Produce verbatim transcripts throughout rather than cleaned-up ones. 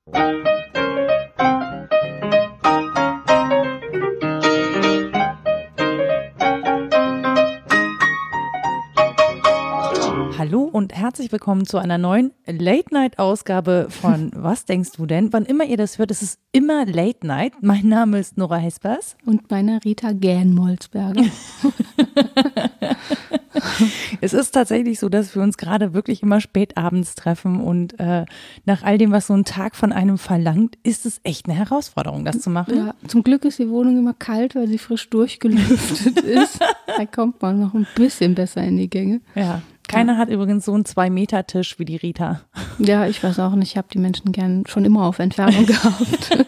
Hallo und herzlich willkommen zu einer neuen Late-Night-Ausgabe von Was denkst du denn? Wann immer ihr das hört, es ist immer Late-Night. Mein Name ist Nora Hespers. Und meiner Rita Gernmolzberger. Es ist tatsächlich so, dass wir uns gerade wirklich immer spät abends treffen und äh, nach all dem, was so ein Tag von einem verlangt, ist es echt eine Herausforderung, das zu machen. Ja, zum Glück ist die Wohnung immer kalt, weil sie frisch durchgelüftet ist. Da kommt man noch ein bisschen besser in die Gänge. Ja. Keiner hat übrigens so einen zwei-Meter-Tisch wie die Rita. Ja, ich weiß auch nicht. Ich habe die Menschen gern schon immer auf Entfernung gehabt.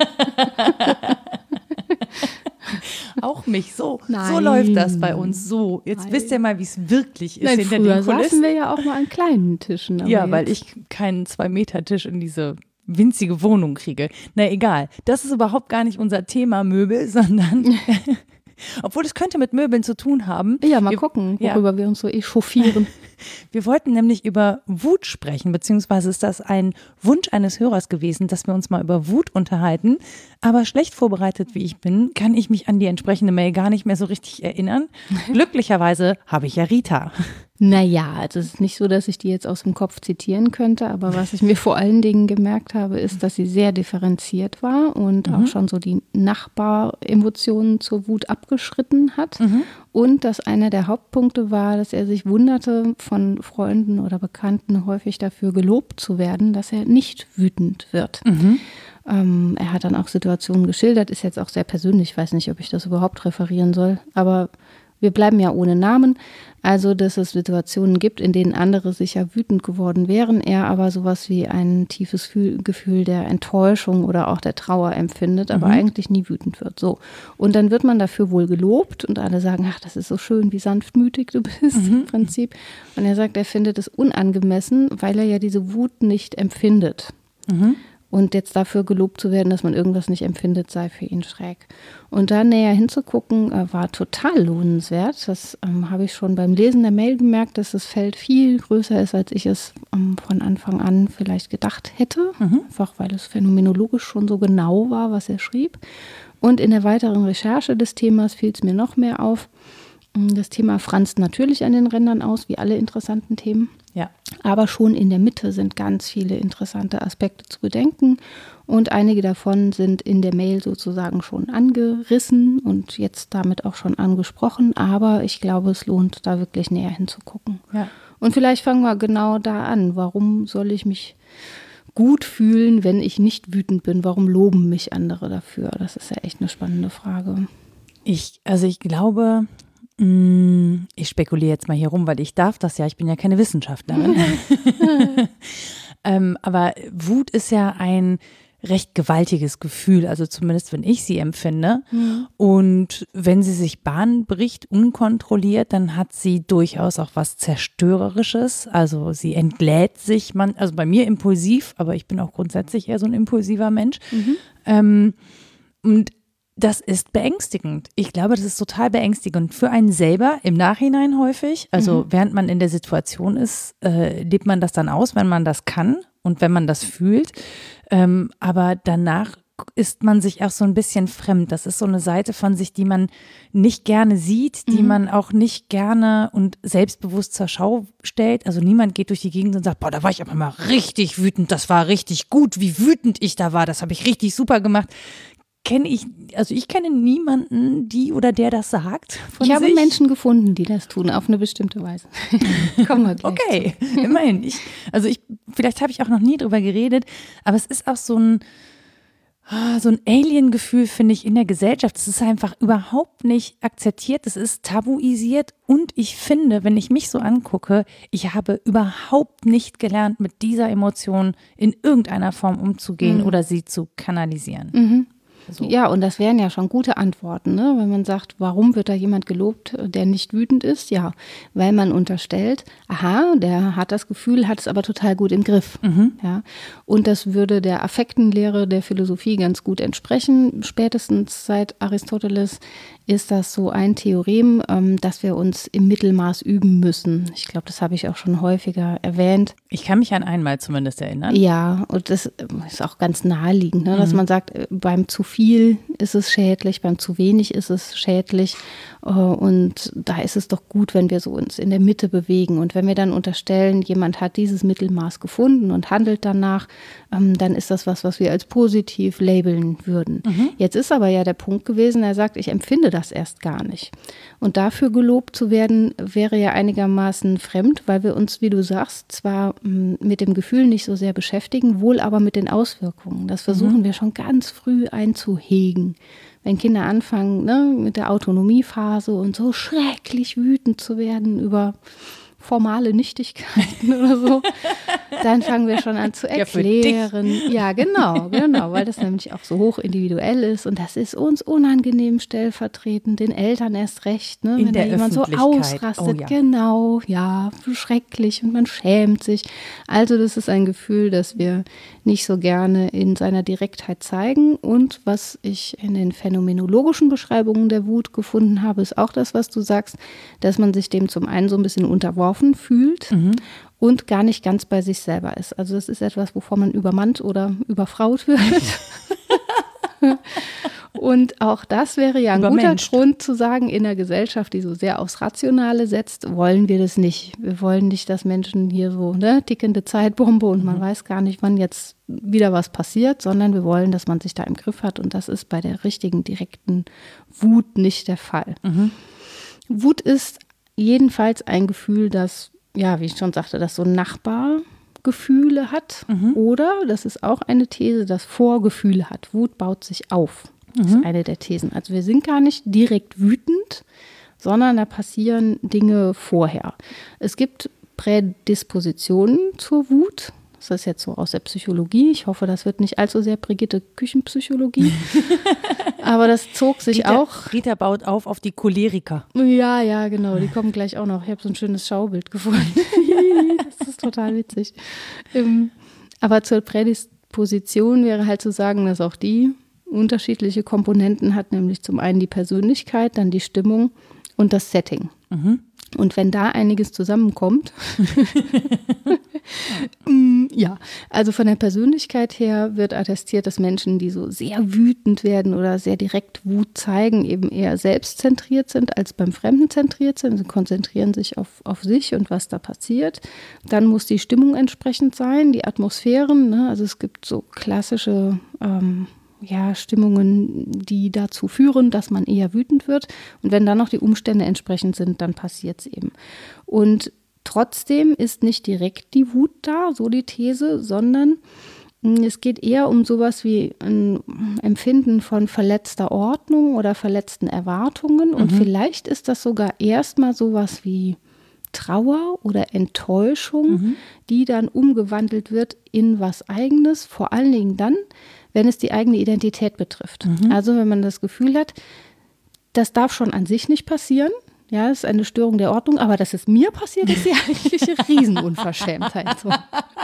Auch mich, so. Nein. So läuft das bei uns, so. Jetzt Nein. wisst ihr mal, wie es wirklich ist Nein, hinter früher den Kulissen. saßen wir ja auch mal an kleinen Tischen. Aber Ja, weil jetzt. ich keinen zwei-Meter-Tisch in diese winzige Wohnung kriege. Na egal, das ist überhaupt gar nicht unser Thema Möbel, sondern... Obwohl, es könnte mit Möbeln zu tun haben. Ja, mal wir, gucken, worüber ja. wir uns so echauffieren. Wir wollten nämlich über Wut sprechen, beziehungsweise ist das ein Wunsch eines Hörers gewesen, dass wir uns mal über Wut unterhalten. Aber schlecht vorbereitet, wie ich bin, kann ich mich an die entsprechende Mail gar nicht mehr so richtig erinnern. Glücklicherweise habe ich ja Rita. Naja, also es ist nicht so, dass ich die jetzt aus dem Kopf zitieren könnte, aber was ich mir vor allen Dingen gemerkt habe, ist, dass sie sehr differenziert war und mhm. auch schon so die Nachbaremotionen zur Wut abgeschritten hat. Mhm. Und dass einer der Hauptpunkte war, dass er sich wunderte, von Freunden oder Bekannten häufig dafür gelobt zu werden, dass er nicht wütend wird. Mhm. Ähm, er hat dann auch Situationen geschildert, ist jetzt auch sehr persönlich, ich weiß nicht, ob ich das überhaupt referieren soll, aber wir bleiben ja ohne Namen, also dass es Situationen gibt, in denen andere sicher wütend geworden wären, er aber sowas wie ein tiefes Gefühl der Enttäuschung oder auch der Trauer empfindet, aber mhm. eigentlich nie wütend wird. So. Und dann wird man dafür wohl gelobt und alle sagen, ach, das ist so schön, wie sanftmütig du bist mhm. im Prinzip. Und er sagt, er findet es unangemessen, weil er ja diese Wut nicht empfindet. Mhm. Und jetzt dafür gelobt zu werden, dass man irgendwas nicht empfindet, sei für ihn schräg. Und da näher hinzugucken, äh, war total lohnenswert. Das ähm, habe ich schon beim Lesen der Mail gemerkt, dass das Feld viel größer ist, als ich es ähm, von Anfang an vielleicht gedacht hätte. Mhm. Einfach weil es phänomenologisch schon so genau war, was er schrieb. Und in der weiteren Recherche des Themas fiel es mir noch mehr auf. Das Thema franzt natürlich an den Rändern aus, wie alle interessanten Themen. Ja. Aber schon in der Mitte sind ganz viele interessante Aspekte zu bedenken und einige davon sind in der Mail sozusagen schon angerissen und jetzt damit auch schon angesprochen, aber ich glaube, es lohnt, da wirklich näher hinzugucken. Ja. Und vielleicht fangen wir genau da an. Warum soll ich mich gut fühlen, wenn ich nicht wütend bin? Warum loben mich andere dafür? Das ist ja echt eine spannende Frage. Ich, also ich glaube... Ich spekuliere jetzt mal hier rum, weil ich darf das ja, ich bin ja keine Wissenschaftlerin. ähm, aber Wut ist ja ein recht gewaltiges Gefühl, also zumindest wenn ich sie empfinde. Mhm. Und wenn sie sich Bahn bricht, unkontrolliert, dann hat sie durchaus auch was Zerstörerisches. Also sie entlädt sich, man, also bei mir impulsiv, aber ich bin auch grundsätzlich eher so ein impulsiver Mensch. Mhm. Ähm, und das ist beängstigend. Ich glaube, das ist total beängstigend für einen selber im Nachhinein häufig. Also mhm. während man in der Situation ist, äh, lebt man das dann aus, wenn man das kann und wenn man das fühlt. Ähm, aber danach ist man sich auch so ein bisschen fremd. Das ist so eine Seite von sich, die man nicht gerne sieht, die mhm. man auch nicht gerne und selbstbewusst zur Schau stellt. Also niemand geht durch die Gegend und sagt, boah, da war ich aber mal richtig wütend, das war richtig gut, wie wütend ich da war, das habe ich richtig super gemacht. Kenne ich, also ich kenne niemanden, die oder der das sagt von Ich habe sich. Menschen gefunden, die das tun, auf eine bestimmte Weise. Kommen wir gleich Okay, zu. Immerhin. Ich, also ich, vielleicht habe ich auch noch nie drüber geredet, aber es ist auch so ein, so ein Alien-Gefühl, finde ich, in der Gesellschaft. Es ist einfach überhaupt nicht akzeptiert, es ist tabuisiert und ich finde, wenn ich mich so angucke, ich habe überhaupt nicht gelernt, mit dieser Emotion in irgendeiner Form umzugehen mhm. oder sie zu kanalisieren. Mhm. So. Ja, und das wären ja schon gute Antworten, ne? Wenn man sagt, warum wird da jemand gelobt, der nicht wütend ist? Ja, weil man unterstellt, aha, der hat das Gefühl, hat es aber total gut im Griff. Mhm. Ja? Und das würde der Affektenlehre der Philosophie ganz gut entsprechen. Spätestens seit Aristoteles ist das so ein Theorem, ähm, dass wir uns im Mittelmaß üben müssen. Ich glaube, das habe ich auch schon häufiger erwähnt. Ich kann mich an einmal zumindest erinnern. Ja, und das ist auch ganz naheliegend, ne? Dass mhm. man sagt, beim zu viel ist es schädlich, beim zu wenig ist es schädlich. Und da ist es doch gut, wenn wir so uns in der Mitte bewegen. Und wenn wir dann unterstellen, jemand hat dieses Mittelmaß gefunden und handelt danach, dann ist das was, was wir als positiv labeln würden. Mhm. Jetzt ist aber ja der Punkt gewesen, er sagt, ich empfinde das erst gar nicht. Und dafür gelobt zu werden, wäre ja einigermaßen fremd, weil wir uns, wie du sagst, zwar mit dem Gefühl nicht so sehr beschäftigen, wohl aber mit den Auswirkungen. Das versuchen mhm. wir schon ganz früh einzuhegen. Wenn Kinder anfangen, ne, mit der Autonomiephase und so schrecklich wütend zu werden über formale Nichtigkeiten oder so, dann fangen wir schon an zu erklären. Ja, ja, genau, genau, weil das nämlich auch so hoch individuell ist und das ist uns unangenehm stellvertretend, den Eltern erst recht, ne, wenn da jemand so ausrastet. Oh, ja. Genau, ja, schrecklich und man schämt sich. Also das ist ein Gefühl, das wir nicht so gerne in seiner Direktheit zeigen und was ich in den phänomenologischen Beschreibungen der Wut gefunden habe, ist auch das, was du sagst, dass man sich dem zum einen so ein bisschen unterworfen fühlt mhm. und gar nicht ganz bei sich selber ist. Also das ist etwas, wovor man übermannt oder überfraut wird. Und auch das wäre ja ein guter Grund zu sagen, in einer Gesellschaft, die so sehr aufs Rationale setzt, wollen wir das nicht. Wir wollen nicht, dass Menschen hier so, ne, tickende Zeitbombe und man mhm. weiß gar nicht, wann jetzt wieder was passiert, sondern wir wollen, dass man sich da im Griff hat und das ist bei der richtigen, direkten Wut nicht der Fall. Mhm. Wut ist jedenfalls ein Gefühl, das, ja, wie ich schon sagte, das so Nachbargefühle hat. Mhm. Oder, das ist auch eine These, das Vorgefühle hat. Wut baut sich auf. Das mhm. ist eine der Thesen. Also wir sind gar nicht direkt wütend, sondern da passieren Dinge vorher. Es gibt Prädispositionen zur Wut. Das ist jetzt so aus der Psychologie. Ich hoffe, das wird nicht allzu sehr Brigitte Küchenpsychologie. Aber das zog sich Rita, auch. Rita baut auf auf die Choleriker. Ja, ja, genau. Die kommen gleich auch noch. Ich habe so ein schönes Schaubild gefunden. Das ist total witzig. Aber zur Prädisposition wäre halt zu sagen, dass auch die unterschiedliche Komponenten hat, nämlich zum einen die Persönlichkeit, dann die Stimmung und das Setting. Mhm. Und wenn da einiges zusammenkommt, ja, also von der Persönlichkeit her wird attestiert, dass Menschen, die so sehr wütend werden oder sehr direkt Wut zeigen, eben eher selbstzentriert sind als beim Fremden zentriert sind. Sie konzentrieren sich auf, auf sich und was da passiert. Dann muss die Stimmung entsprechend sein, die Atmosphären, ne? Also es gibt so klassische ähm, ja, Stimmungen, die dazu führen, dass man eher wütend wird. Und wenn dann noch die Umstände entsprechend sind, dann passiert es eben. Und trotzdem ist nicht direkt die Wut da, so die These, sondern es geht eher um sowas wie ein Empfinden von verletzter Ordnung oder verletzten Erwartungen. Und mhm. vielleicht ist das sogar erstmal sowas wie Trauer oder Enttäuschung, mhm. die dann umgewandelt wird in was Eigenes, vor allen Dingen dann, wenn es die eigene Identität betrifft. Mhm. Also wenn man das Gefühl hat, das darf schon an sich nicht passieren, ja, das ist eine Störung der Ordnung, aber dass es mir passiert, ist die eigentliche Riesenunverschämtheit. So.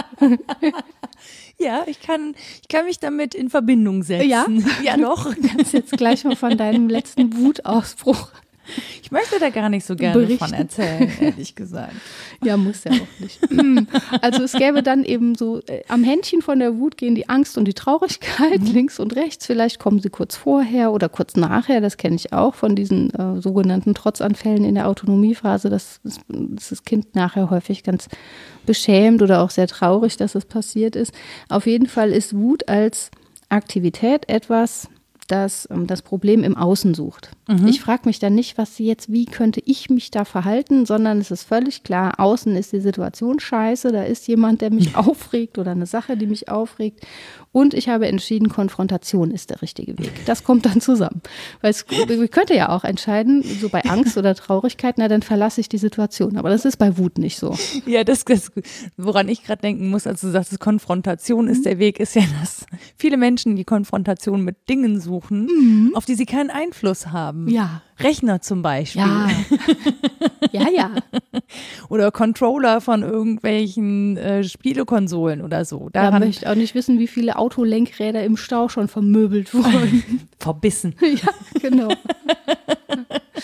Ja, ich kann, ich kann mich damit in Verbindung setzen. Ja, ja doch. Du kannst jetzt gleich mal von deinem letzten Wutausbruch. Ich möchte da gar nicht so gerne berichten. Von erzählen, ehrlich gesagt. Ja, muss ja auch nicht. Also es gäbe dann eben so, äh, am Händchen von der Wut gehen die Angst und die Traurigkeit, mhm. links und rechts. Vielleicht kommen sie kurz vorher oder kurz nachher. Das kenne ich auch von diesen äh, sogenannten Trotzanfällen in der Autonomiephase. Das ist, das das Kind nachher häufig ganz beschämt oder auch sehr traurig, dass es passiert ist. Auf jeden Fall ist Wut als Aktivität etwas, das ähm, das Problem im Außen sucht. Mhm. Ich frage mich dann nicht, was sie jetzt, wie könnte ich mich da verhalten, sondern es ist völlig klar, außen ist die Situation scheiße, da ist jemand, der mich aufregt oder eine Sache, die mich aufregt und ich habe entschieden, Konfrontation ist der richtige Weg. Das kommt dann zusammen. Weil es, ich könnte ja auch entscheiden, so bei Angst oder Traurigkeit, na dann verlasse ich die Situation, aber das ist bei Wut nicht so. Ja, das, das woran ich gerade denken muss, als du sagst, Konfrontation mhm. ist der Weg, ist ja, dass viele Menschen die Konfrontation mit Dingen suchen, mhm. auf die sie keinen Einfluss haben. Ja. Rechner zum Beispiel. Ja, ja. ja. Oder Controller von irgendwelchen äh, Spielekonsolen oder so. Da möchte ich auch nicht wissen, wie viele Autolenkräder im Stau schon vermöbelt wurden. Verbissen. Ja, genau.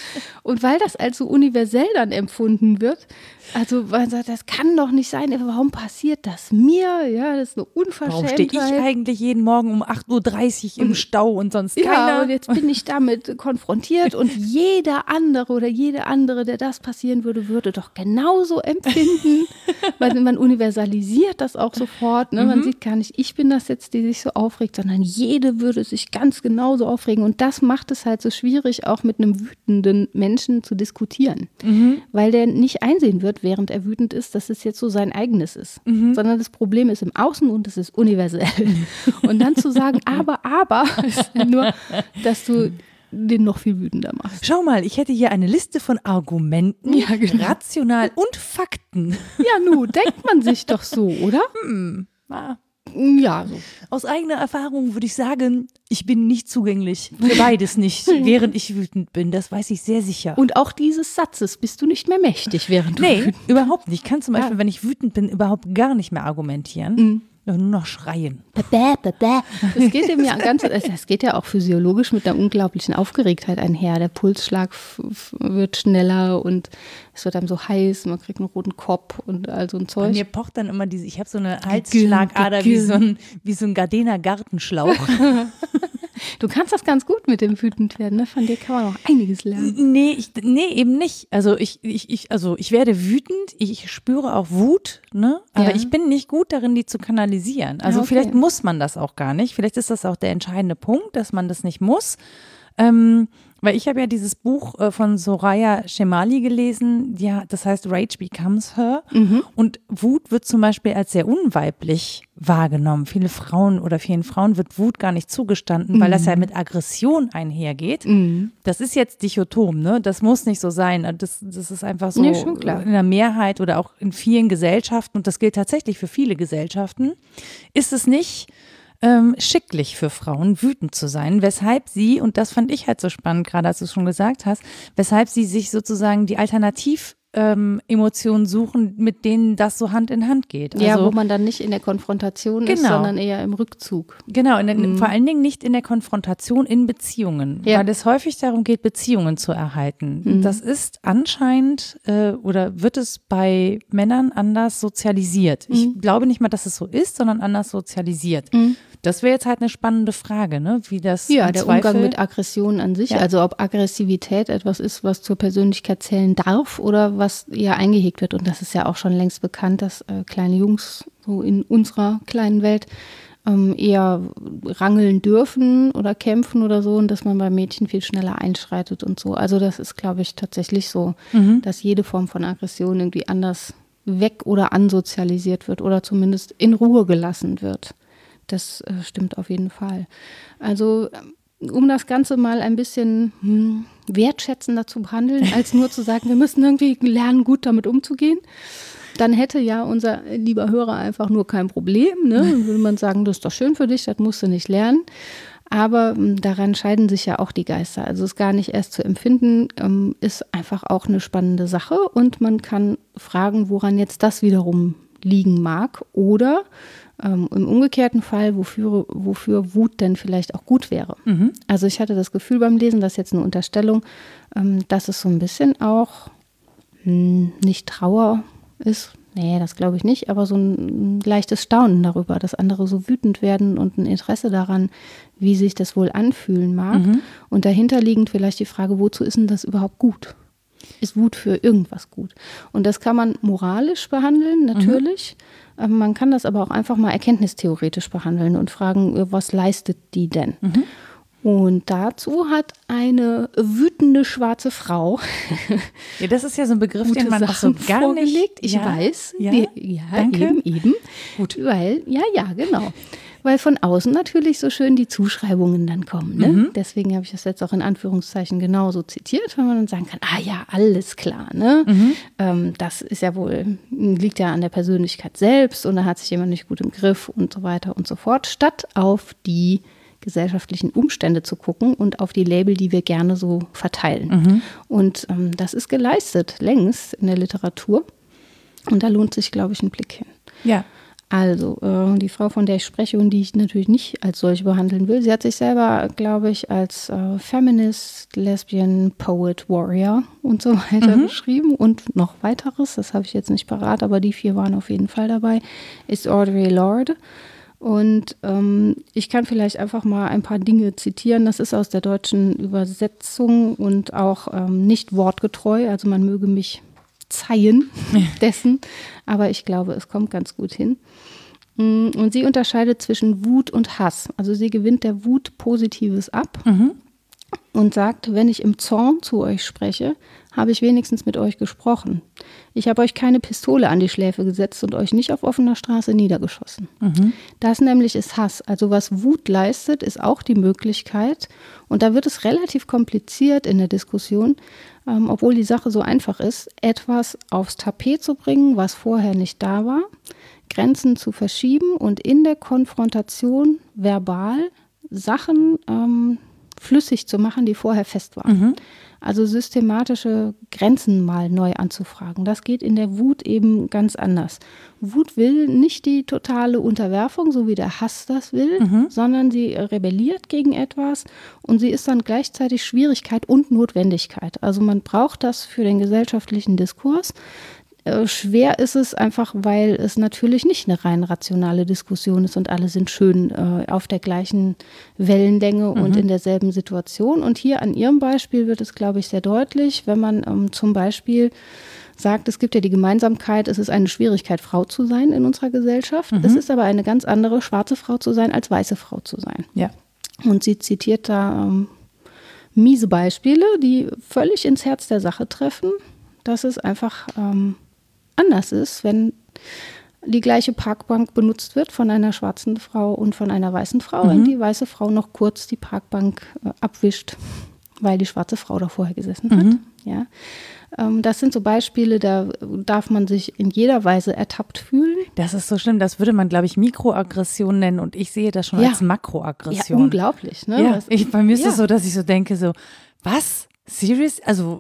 Und weil das als so universell dann empfunden wird, also man sagt, das kann doch nicht sein, warum passiert das mir? Ja, das ist eine Unverschämtheit. Warum stehe ich eigentlich jeden Morgen um acht Uhr dreißig im Stau und sonst keiner? Ja, und jetzt bin ich damit konfrontiert und jeder andere oder jede andere, der das passieren würde, würde doch genauso empfinden. Weil man universalisiert das auch sofort. Ne? Man mhm. sieht gar nicht, ich bin das jetzt, die sich so aufregt, sondern jede würde sich ganz genauso aufregen. Und das macht es halt so schwierig, auch mit einem wütenden Menschen zu diskutieren. Mhm. Weil der nicht einsehen wird, während er wütend ist, dass es jetzt so sein eigenes ist. Mhm. Sondern das Problem ist im Außen und es ist universell. Und dann zu sagen, aber, aber, ist nur, dass du den noch viel wütender machst. Schau mal, ich hätte hier eine Liste von Argumenten, ja, genau. rational und Fakten. Ja, nu, denkt man sich doch so, oder? Hm. Ah. Ja, so. Aus eigener Erfahrung würde ich sagen, ich bin nicht zugänglich. Für beides nicht, während ich wütend bin. Das weiß ich sehr sicher. Und auch dieses Satzes bist du nicht mehr mächtig, während du nee, wütend bist. Nee, überhaupt nicht. Ich kann zum Beispiel, ja. wenn ich wütend bin, überhaupt gar nicht mehr argumentieren. Mhm. Nur noch schreien. Das geht ja ganz, das geht ja auch physiologisch mit einer unglaublichen Aufgeregtheit einher. Der Pulsschlag f- f- wird schneller und es wird einem so heiß, man kriegt einen roten Kopf und all so ein Zeug. Und mir pocht dann immer diese, ich habe so eine Halsschlagader wie so ein, wie so ein Gardiner Gartenschlauch. Du kannst das ganz gut mit dem wütend werden, ne? Von dir kann man auch einiges lernen. Nee, ich, nee eben nicht. Also ich, ich, ich, also ich werde wütend, ich spüre auch Wut, ne? Aber ja. ich bin nicht gut darin, die zu kanalisieren. Also ja, okay. vielleicht muss man das auch gar nicht. Vielleicht ist das auch der entscheidende Punkt, dass man das nicht muss. Ähm, weil ich habe ja dieses Buch äh, von Soraya Chemaly gelesen, ja, das heißt Rage Becomes Her. Mhm. Und Wut wird zum Beispiel als sehr unweiblich wahrgenommen. Viele Frauen oder vielen Frauen wird Wut gar nicht zugestanden, mhm. weil das ja mit Aggression einhergeht. Mhm. Das ist jetzt dichotom, ne? Das muss nicht so sein. Das, das ist einfach so nee, schon klar. in der Mehrheit oder auch in vielen Gesellschaften, und das gilt tatsächlich für viele Gesellschaften, ist es nicht Ähm, schicklich für Frauen, wütend zu sein, weshalb sie, und das fand ich halt so spannend, gerade als du es schon gesagt hast, weshalb sie sich sozusagen die Alternativ-Emotionen ähm, suchen, mit denen das so Hand in Hand geht. Also, ja, wo man dann nicht in der Konfrontation genau. ist, sondern eher im Rückzug. Genau, in den, mhm. vor allen Dingen nicht in der Konfrontation in Beziehungen, ja. weil es häufig darum geht, Beziehungen zu erhalten. Mhm. Das ist anscheinend äh, oder wird es bei Männern anders sozialisiert. Mhm. Ich glaube nicht mal, dass es so ist, sondern anders sozialisiert. Mhm. Das wäre jetzt halt eine spannende Frage, ne? Wie das Ja, der Zweifel Umgang mit Aggression an sich, ja. also ob Aggressivität etwas ist, was zur Persönlichkeit zählen darf oder was eher eingehegt wird. Und das ist ja auch schon längst bekannt, dass äh, kleine Jungs so in unserer kleinen Welt ähm, eher rangeln dürfen oder kämpfen oder so und dass man bei Mädchen viel schneller einschreitet und so. Also das ist, glaube ich, tatsächlich so, mhm. dass jede Form von Aggression irgendwie anders weg- oder ansozialisiert wird oder zumindest in Ruhe gelassen wird. Das äh, stimmt auf jeden Fall. Also um das Ganze mal ein bisschen hm, wertschätzender zu behandeln, als nur zu sagen, wir müssen irgendwie lernen, gut damit umzugehen, dann hätte ja unser lieber Hörer einfach nur kein Problem. Ne? Dann würde man sagen, das ist doch schön für dich, das musst du nicht lernen. Aber ähm, daran scheiden sich ja auch die Geister. Also es gar nicht erst zu empfinden, ähm, ist einfach auch eine spannende Sache. Und man kann fragen, woran jetzt das wiederum liegen mag oder Ähm, im umgekehrten Fall, wofür, wofür Wut denn vielleicht auch gut wäre. Mhm. Also ich hatte das Gefühl beim Lesen, das ist jetzt eine Unterstellung, ähm, dass es so ein bisschen auch mh, nicht Trauer ist. Nee, das glaube ich nicht, aber so ein, ein leichtes Staunen darüber, dass andere so wütend werden und ein Interesse daran, wie sich das wohl anfühlen mag. Mhm. Und dahinter liegend vielleicht die Frage, wozu ist denn das überhaupt gut? Ist Wut für irgendwas gut? Und das kann man moralisch behandeln, natürlich. Mhm. Man kann das aber auch einfach mal erkenntnistheoretisch behandeln und fragen, was leistet die denn? Mhm. Und dazu hat eine wütende schwarze Frau ja, das ist ja so ein Begriff, den man auch so gar vorgelegt. nicht... Ich ja, weiß. Ja, die, ja danke. Eben, eben. Gut. Weil, ja, ja, genau. Weil von außen natürlich so schön die Zuschreibungen dann kommen. Ne? Mhm. Deswegen habe ich das jetzt auch in Anführungszeichen genauso zitiert, weil man dann sagen kann, ah ja, alles klar. Ne? Mhm. Ähm, das ist ja wohl, liegt ja an der Persönlichkeit selbst und da hat sich jemand nicht gut im Griff und so weiter und so fort, statt auf die gesellschaftlichen Umstände zu gucken und auf die Label, die wir gerne so verteilen. Mhm. Und ähm, das ist geleistet längst in der Literatur und da lohnt sich, glaube ich, ein Blick hin. Ja. Also, äh, die Frau, von der ich spreche und die ich natürlich nicht als solche behandeln will, sie hat sich selber, glaube ich, als äh, Feminist, Lesbian, Poet, Warrior und so weiter mhm. beschrieben und noch weiteres, das habe ich jetzt nicht parat, aber die vier waren auf jeden Fall dabei, ist Audre Lorde. Und ähm, ich kann vielleicht einfach mal ein paar Dinge zitieren. Das ist aus der deutschen Übersetzung und auch ähm, nicht wortgetreu. Also man möge mich zeihen dessen, aber ich glaube, es kommt ganz gut hin. Und sie unterscheidet zwischen Wut und Hass. Also sie gewinnt der Wut Positives ab mhm. und sagt, wenn ich im Zorn zu euch spreche, habe ich wenigstens mit euch gesprochen. Ich habe euch keine Pistole an die Schläfe gesetzt und euch nicht auf offener Straße niedergeschossen. Mhm. Das nämlich ist Hass. Also was Wut leistet, ist auch die Möglichkeit, und da wird es relativ kompliziert in der Diskussion, ähm, obwohl die Sache so einfach ist, etwas aufs Tapet zu bringen, was vorher nicht da war, Grenzen zu verschieben und in der Konfrontation verbal Sachen ähm, flüssig zu machen, die vorher fest waren. Mhm. Also systematische Grenzen mal neu anzufragen. Das geht in der Wut eben ganz anders. Wut will nicht die totale Unterwerfung, so wie der Hass das will, mhm. sondern sie rebelliert gegen etwas und sie ist dann gleichzeitig Schwierigkeit und Notwendigkeit. Also man braucht das für den gesellschaftlichen Diskurs. Schwer ist es einfach, weil es natürlich nicht eine rein rationale Diskussion ist und alle sind schön äh, auf der gleichen Wellenlänge mhm. und in derselben Situation. Und hier an Ihrem Beispiel wird es, glaube ich, sehr deutlich, wenn man ähm, zum Beispiel sagt, es gibt ja die Gemeinsamkeit, es ist eine Schwierigkeit, Frau zu sein in unserer Gesellschaft. Mhm. Es ist aber eine ganz andere, schwarze Frau zu sein, als weiße Frau zu sein. Ja. Und sie zitiert da ähm, miese Beispiele, die völlig ins Herz der Sache treffen, dass es einfach ähm, anders ist, wenn die gleiche Parkbank benutzt wird von einer schwarzen Frau und von einer weißen Frau mhm. und die weiße Frau noch kurz die Parkbank äh, abwischt, weil die schwarze Frau da vorher gesessen mhm. hat. Ja. Ähm, das sind so Beispiele, da darf man sich in jeder Weise ertappt fühlen. Das ist so schlimm, das würde man, glaube ich, Mikroaggression nennen und ich sehe das schon ja. als Makroaggression. Ja, unglaublich. Ne? Ja, Was, ich, bei mir ist es ja. so, dass ich so denke, so, was? Serious? Also,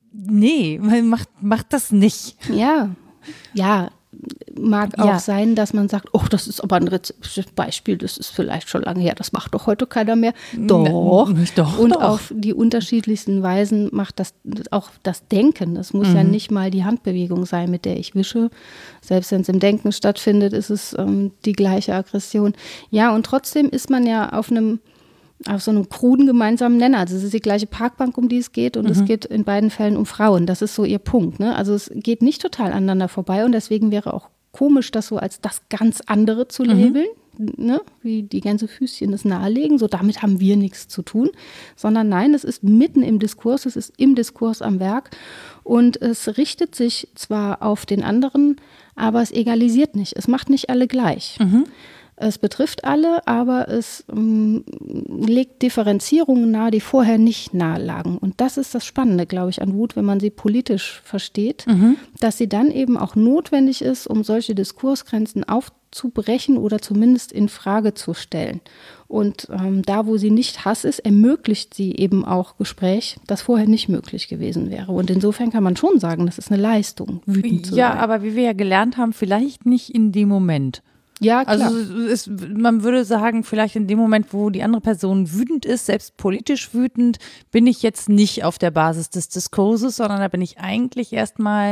nee, man macht, macht das nicht. Ja, ja, mag auch ja. sein, dass man sagt, oh, das ist aber ein Beispiel, das ist vielleicht schon lange her, das macht doch heute keiner mehr. Doch, N- doch und doch. auf die unterschiedlichsten Weisen macht das auch das Denken. Es muss mhm. ja nicht mal die Handbewegung sein, mit der ich wische. Selbst wenn es im Denken stattfindet, ist es ähm, die gleiche Aggression. Ja, und trotzdem ist man ja auf einem auf so einem kruden gemeinsamen Nenner. Also es ist die gleiche Parkbank, um die es geht und mhm. es geht in beiden Fällen um Frauen. Das ist so ihr Punkt. Ne? Also es geht nicht total aneinander vorbei und deswegen wäre auch komisch, das so als das ganz andere zu labeln, mhm. ne? Wie die Gänsefüßchen das nahelegen. So, damit haben wir nichts zu tun. Sondern nein, es ist mitten im Diskurs, es ist im Diskurs am Werk und es richtet sich zwar auf den anderen, aber es egalisiert nicht. Es macht nicht alle gleich. Mhm. Es betrifft alle, aber es ähm, legt Differenzierungen nahe, die vorher nicht nahe lagen. Und das ist das Spannende, glaube ich, an Wut, wenn man sie politisch versteht, mhm. dass sie dann eben auch notwendig ist, um solche Diskursgrenzen aufzubrechen oder zumindest in Frage zu stellen. Und ähm, da, wo sie nicht Hass ist, ermöglicht sie eben auch Gespräch, das vorher nicht möglich gewesen wäre. Und insofern kann man schon sagen, das ist eine Leistung, wütend zu ja, sein. Ja, aber wie wir ja gelernt haben, vielleicht nicht in dem Moment. Ja, klar. Also es, man würde sagen, vielleicht in dem Moment, wo die andere Person wütend ist, selbst politisch wütend, bin ich jetzt nicht auf der Basis des Diskurses, sondern da bin ich eigentlich erstmal,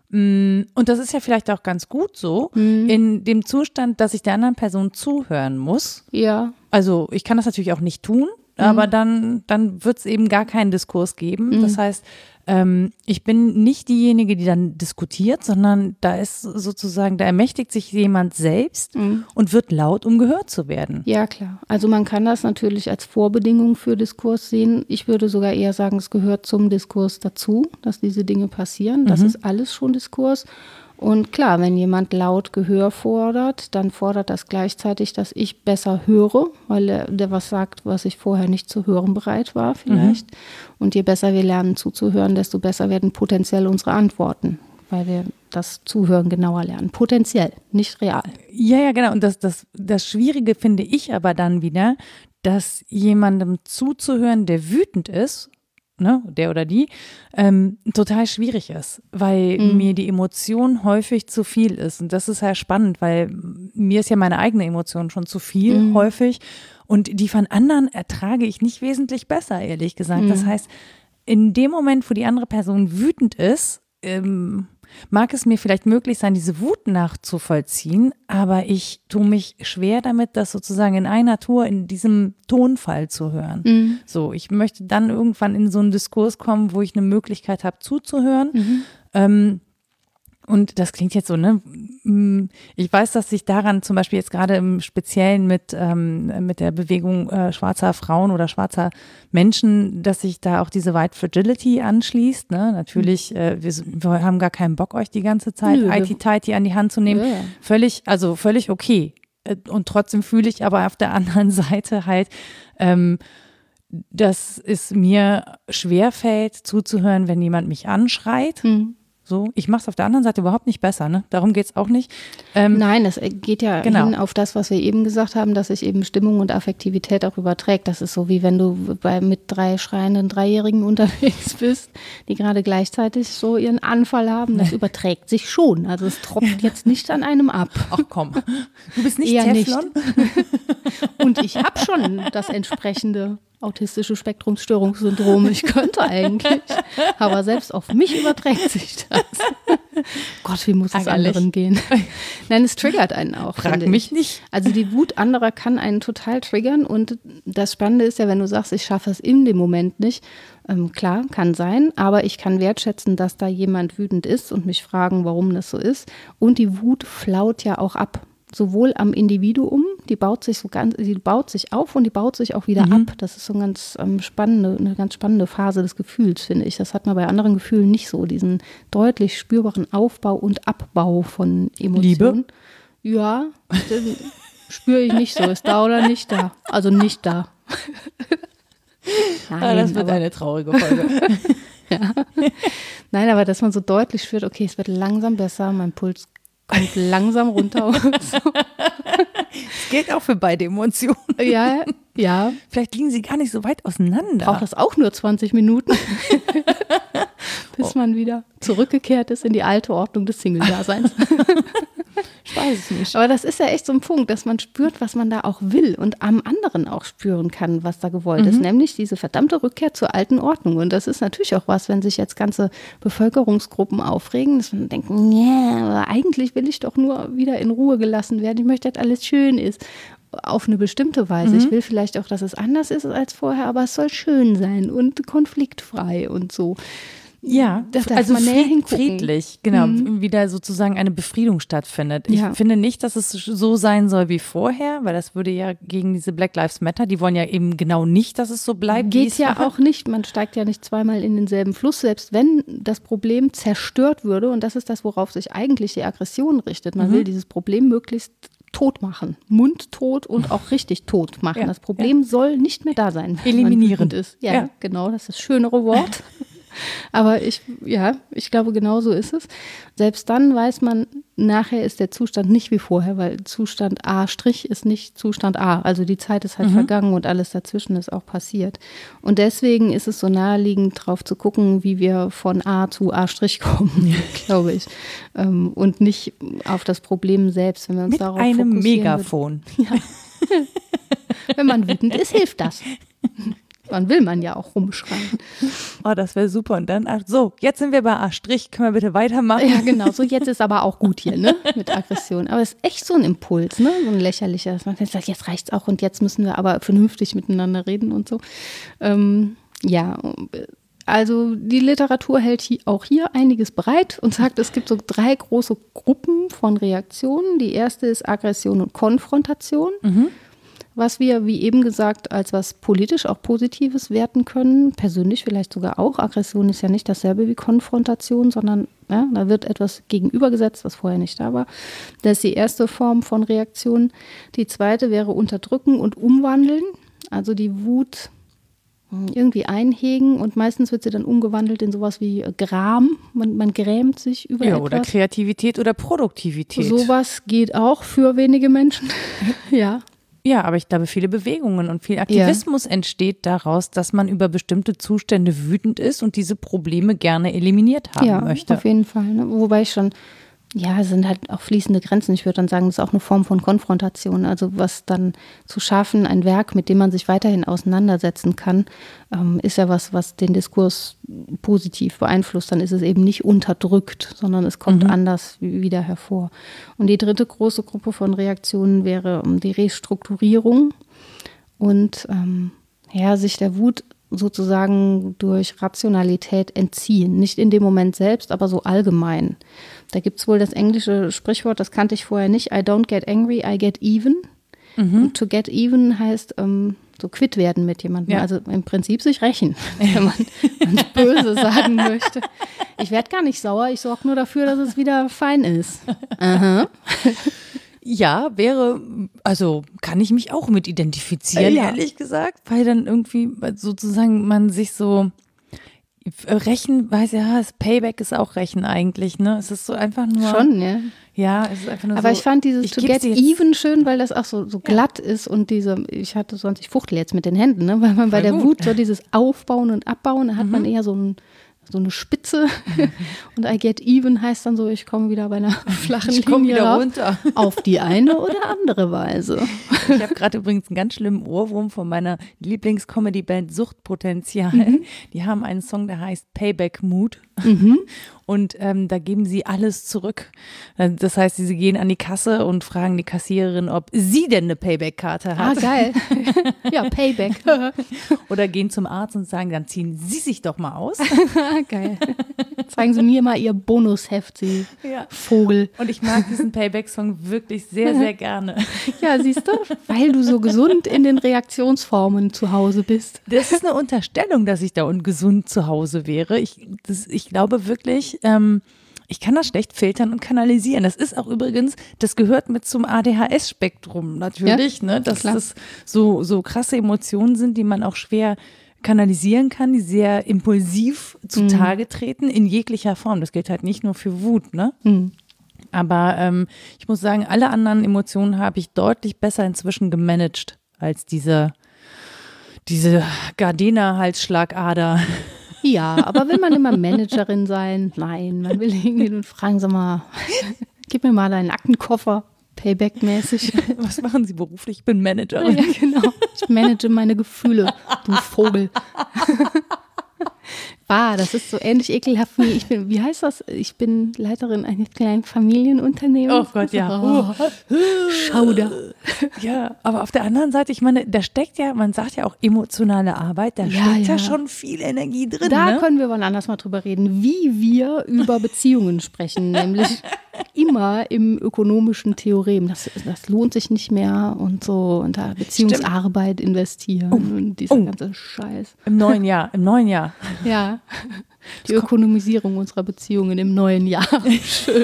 mh, und das ist ja vielleicht auch ganz gut so, mhm. in dem Zustand, dass ich der anderen Person zuhören muss. Ja. Also ich kann das natürlich auch nicht tun, mhm. aber dann, dann wird es eben gar keinen Diskurs geben. Mhm. Das heißt, ähm, ich bin nicht diejenige, die dann diskutiert, sondern da ist sozusagen, da ermächtigt sich jemand selbst mhm. und wird laut, um gehört zu werden. Ja, klar. Also man kann das natürlich als Vorbedingung für Diskurs sehen. Ich würde sogar eher sagen, es gehört zum Diskurs dazu, dass diese Dinge passieren. Das mhm. ist alles schon Diskurs. Und klar, wenn jemand laut Gehör fordert, dann fordert das gleichzeitig, dass ich besser höre, weil er, der was sagt, was ich vorher nicht zu hören bereit war vielleicht. Mhm. Und je besser wir lernen zuzuhören, desto besser werden potenziell unsere Antworten, weil wir das Zuhören genauer lernen. Potenziell, nicht real. Ja, ja, genau. Und das, das, das Schwierige finde ich aber dann wieder, dass jemandem zuzuhören, der wütend ist, ne, der oder die, ähm, total schwierig ist, weil mhm. mir die Emotion häufig zu viel ist. Und das ist ja spannend, weil mir ist ja meine eigene Emotion schon zu viel mhm. häufig und die von anderen ertrage ich nicht wesentlich besser, ehrlich gesagt. Mhm. Das heißt, in dem Moment, wo die andere Person wütend ist, ähm, mag es mir vielleicht möglich sein, diese Wut nachzuvollziehen, aber ich tue mich schwer damit, das sozusagen in einer Tour, in diesem Tonfall zu hören. Mhm. So, ich möchte dann irgendwann in so einen Diskurs kommen, wo ich eine Möglichkeit habe, zuzuhören. Mhm. Ähm, und das klingt jetzt so, ne? Ich weiß, dass sich daran zum Beispiel jetzt gerade im Speziellen mit, ähm, mit der Bewegung äh, schwarzer Frauen oder schwarzer Menschen, dass sich da auch diese White Fragility anschließt. Ne? Natürlich, äh, wir, wir haben gar keinen Bock, euch die ganze Zeit I T-Tighty an die Hand zu nehmen. Ja. Völlig, also völlig okay. Und trotzdem fühle ich aber auf der anderen Seite halt, ähm, dass es mir schwerfällt, zuzuhören, wenn jemand mich anschreit. Mhm. So, ich mache es auf der anderen Seite überhaupt nicht besser, ne? Darum geht es auch nicht. Ähm, Nein, es geht ja genau. hin auf das, was wir eben gesagt haben, dass sich eben Stimmung und Affektivität auch überträgt. Das ist so, wie wenn du bei, mit drei schreienden Dreijährigen unterwegs bist, die gerade gleichzeitig so ihren Anfall haben. Das überträgt sich schon. Also es tropft jetzt nicht an einem ab. Ach komm, du bist nicht Eher Teflon? Nicht. Und ich habe schon das entsprechende autistische Spektrumsstörungssyndrom. Ich könnte eigentlich, aber selbst auf mich überträgt sich das. Gott, wie muss es anderen gehen? Nein, es triggert einen auch. Frag mich nicht. Also die Wut anderer kann einen total triggern und das Spannende ist ja, wenn du sagst, ich schaffe es in dem Moment nicht, ähm, klar, kann sein, aber ich kann wertschätzen, dass da jemand wütend ist und mich fragen, warum das so ist. Und die Wut flaut ja auch ab. Sowohl am Individuum, die baut sich so ganz, die baut sich auf und die baut sich auch wieder mhm. ab. Das ist so eine ganz ähm, spannende, eine ganz spannende Phase des Gefühls, finde ich. Das hat man bei anderen Gefühlen nicht so, diesen deutlich spürbaren Aufbau und Abbau von Emotionen. Liebe? Ja, spüre ich nicht so. Ist da oder nicht da? Also nicht da. Nein, ah, das wird aber eine traurige Folge. Ja. Nein, aber dass man so deutlich spürt, okay, es wird langsam besser, mein Puls kommt langsam runter. Und so. Das gilt auch für beide Emotionen. Ja, ja. Vielleicht liegen sie gar nicht so weit auseinander. Braucht das auch nur zwanzig Minuten, bis man wieder zurückgekehrt ist in die alte Ordnung des Single-Daseins. Ich weiß es nicht. Aber das ist ja echt so ein Punkt, dass man spürt, was man da auch will und am anderen auch spüren kann, was da gewollt mhm. ist. Nämlich diese verdammte Rückkehr zur alten Ordnung. Und das ist natürlich auch was, wenn sich jetzt ganze Bevölkerungsgruppen aufregen, dass man denkt, ja, aber eigentlich will ich doch nur wieder in Ruhe gelassen werden. Ich möchte, dass alles schön ist. Auf eine bestimmte Weise. Mhm. Ich will vielleicht auch, dass es anders ist als vorher, aber es soll schön sein und konfliktfrei und so. Ja, das also fried, friedlich, genau, mhm. wieder sozusagen eine Befriedung stattfindet. Ich ja. finde nicht, dass es so sein soll wie vorher, weil das würde ja gegen diese Black Lives Matter, die wollen ja eben genau nicht, dass es so bleibt. Geht ja war. Auch nicht, man steigt ja nicht zweimal in denselben Fluss, selbst wenn das Problem zerstört würde, und das ist das, worauf sich eigentlich die Aggression richtet. Man mhm. will dieses Problem möglichst tot machen, mundtot und auch richtig tot machen. Ja. Das Problem ja. soll nicht mehr da sein. Eliminieren. Ist. Ja, ja, genau, das ist das schönere Wort. Aber ich, ja, ich glaube, genau so ist es. Selbst dann weiß man, nachher ist der Zustand nicht wie vorher, weil Zustand A' ist nicht Zustand A. Also die Zeit ist halt mhm. vergangen und alles dazwischen ist auch passiert. Und deswegen ist es so naheliegend, drauf zu gucken, wie wir von A zu A' kommen, glaube ich. Und nicht auf das Problem selbst, wenn wir uns Mit darauf einem fokussieren. Megafon. Ja. Wenn man wütend ist, hilft das. Dann will man ja auch rumschreien. Oh, das wäre super. Und dann, ach so, jetzt sind wir bei A', können wir bitte weitermachen? Ja, genau. So, jetzt ist aber auch gut hier, ne? Mit Aggression. Aber es ist echt so ein Impuls, ne? So ein lächerlicher, dass man jetzt sagt, jetzt reicht's auch und jetzt müssen wir aber vernünftig miteinander reden und so. Ähm, ja, also die Literatur hält hier, auch hier einiges bereit und sagt, es gibt so drei große Gruppen von Reaktionen. Die erste ist Aggression und Konfrontation. Mhm. Was wir, wie eben gesagt, als was politisch auch Positives werten können, persönlich vielleicht sogar auch. Aggression ist ja nicht dasselbe wie Konfrontation, sondern ja, da wird etwas gegenübergesetzt, was vorher nicht da war. Das ist die erste Form von Reaktion. Die zweite wäre Unterdrücken und Umwandeln, also die Wut irgendwie einhegen und meistens wird sie dann umgewandelt in sowas wie Gram. Man, man grämt sich über ja, etwas. Oder Kreativität oder Produktivität. Sowas geht auch für wenige Menschen, ja. Ja, aber ich glaube, viele Bewegungen und viel Aktivismus ja. entsteht daraus, dass man über bestimmte Zustände wütend ist und diese Probleme gerne eliminiert haben ja, möchte. Ja, auf jeden Fall. Ne? Wobei ich schon, ja, es sind halt auch fließende Grenzen. Ich würde dann sagen, das ist auch eine Form von Konfrontation. Also was dann zu schaffen, ein Werk, mit dem man sich weiterhin auseinandersetzen kann, ähm, ist ja was, was den Diskurs positiv beeinflusst. Dann ist es eben nicht unterdrückt, sondern es kommt mhm. anders wieder hervor. Und die dritte große Gruppe von Reaktionen wäre um, die Restrukturierung und ähm, ja, sich der Wut sozusagen durch Rationalität entziehen. Nicht in dem Moment selbst, aber so allgemein. Da gibt es wohl das englische Sprichwort, das kannte ich vorher nicht, I don't get angry, I get even. Mhm. Und to get even heißt ähm, so quitt werden mit jemandem. Ja. Also im Prinzip sich rächen, wenn man es böse sagen möchte. Ich werde gar nicht sauer, ich sorge nur dafür, dass es wieder fein ist. Aha. Ja, wäre, also kann ich mich auch mit identifizieren, ja. ehrlich gesagt, weil dann irgendwie sozusagen man sich so Rächen, weiß ja, das Payback ist auch Rächen eigentlich, ne? Es ist so einfach nur. Schon, ja. Ja, es ist einfach nur Aber so. Aber ich fand dieses ich to get even schön, weil das auch so, so glatt ja. ist und diese, ich hatte sonst, ich fuchtel jetzt mit den Händen, ne? Weil man bei Voll der gut. Wut so dieses Aufbauen und Abbauen, da hat mhm. man eher so ein so eine Spitze mhm. und I get even heißt dann so, ich komme wieder bei einer flachen ich Linie wieder rauf, runter. Auf die eine oder andere Weise. Ich habe gerade übrigens einen ganz schlimmen Ohrwurm von meiner Lieblings-Comedy-Band Suchtpotenzial. Mhm. Die haben einen Song, der heißt Payback Mood. Mhm. Und ähm, da geben sie alles zurück. Das heißt, sie gehen an die Kasse und fragen die Kassiererin, ob sie denn eine Payback-Karte hat. Ah, geil. Ja, Payback. Oder gehen zum Arzt und sagen, dann ziehen Sie sich doch mal aus. Geil. Zeigen Sie mir mal Ihr Bonusheft, Sie ja. Vogel. Und ich mag diesen Payback-Song wirklich sehr, sehr gerne. Ja, siehst du, weil du so gesund in den Reaktionsformen zu Hause bist. Das ist eine Unterstellung, dass ich da ungesund zu Hause wäre. Ich, das, ich glaube wirklich, ähm, ich kann das schlecht filtern und kanalisieren. Das ist auch übrigens, das gehört mit zum A D H S-Spektrum natürlich, ja, ne? Dass klar. das so, so krasse Emotionen sind, die man auch schwer kanalisieren kann, die sehr impulsiv zutage mhm. treten, in jeglicher Form. Das gilt halt nicht nur für Wut, ne? Mhm. Aber ähm, ich muss sagen, alle anderen Emotionen habe ich deutlich besser inzwischen gemanagt als diese, diese Gardena-Halsschlagader. Ja, aber will man immer Managerin sein? Nein, man will hingehen und fragen, sag mal, gib mir mal deinen Aktenkoffer, Payback-mäßig. Was machen Sie beruflich? Ich bin Managerin. Ja, genau. Ich manage meine Gefühle, du Vogel. Bah, das ist so ähnlich ekelhaft wie ich bin, wie heißt das? Ich bin Leiterin eines kleinen Familienunternehmens. Oh Gott, ja. Oh. Schauder. Ja, aber auf der anderen Seite, ich meine, da steckt ja, man sagt ja auch emotionale Arbeit, da ja, steckt ja. ja schon viel Energie drin. Da ne? können wir wann anders mal drüber reden, wie wir über Beziehungen sprechen, nämlich immer im ökonomischen Theorem. Das, das lohnt sich nicht mehr und so und da Beziehungsarbeit Stimmt. investieren oh. und dieser oh. ganze Scheiß. Im neuen Jahr, im neuen Jahr. Ja. Die Ökonomisierung unserer Beziehungen im neuen Jahr. Schön.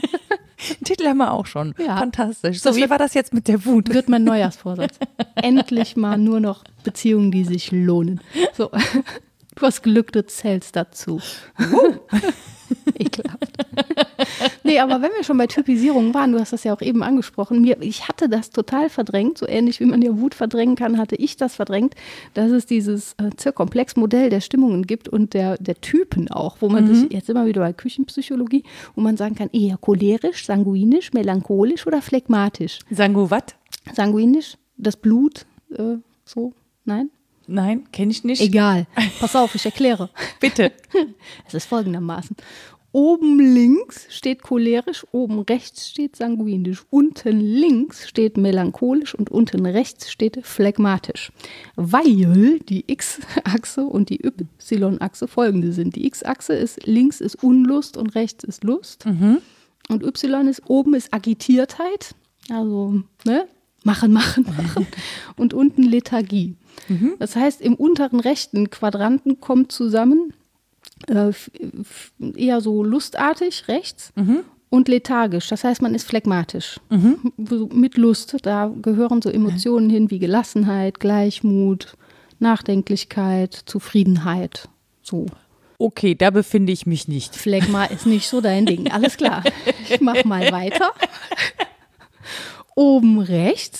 Den Titel haben wir auch schon. Ja. Fantastisch. So, das wie war das jetzt mit der Wut? Wird mein Neujahrsvorsatz. Endlich mal nur noch Beziehungen, die sich lohnen. So. Du hast Glück, du zählst dazu. Uh. Ekelhaft. Nee, aber wenn wir schon bei Typisierung waren, du hast das ja auch eben angesprochen, mir, ich hatte das total verdrängt, so ähnlich wie man ja Wut verdrängen kann, hatte ich das verdrängt, dass es dieses äh, Zirkomplex-Modell der Stimmungen gibt und der, der Typen auch, wo man mhm. sich jetzt immer wieder bei Küchenpsychologie, wo man sagen kann, eher cholerisch, sanguinisch, melancholisch oder phlegmatisch. Sangu was? Sanguinisch, das Blut, äh, so, nein? Nein, kenne ich nicht. Egal. Pass auf, ich erkläre. Bitte. Es ist folgendermaßen. Oben links steht cholerisch, oben rechts steht sanguinisch, unten links steht melancholisch und unten rechts steht phlegmatisch. Weil die X-Achse und die Y-Achse folgende sind. Die X-Achse ist, links ist Unlust und rechts ist Lust. Mhm. Und Y ist, oben ist Agitiertheit, also ne, machen, machen, machen. Und unten Lethargie. Mhm. Das heißt, im unteren rechten Quadranten kommt zusammen äh, f- f- eher so lustartig rechts mhm. und lethargisch. Das heißt, man ist phlegmatisch. Mhm. Mit Lust, da gehören so Emotionen hin wie Gelassenheit, Gleichmut, Nachdenklichkeit, Zufriedenheit. So. Okay, da befinde ich mich nicht. Phlegma ist nicht so dein Ding. Alles klar. Ich mach mal weiter. Oben rechts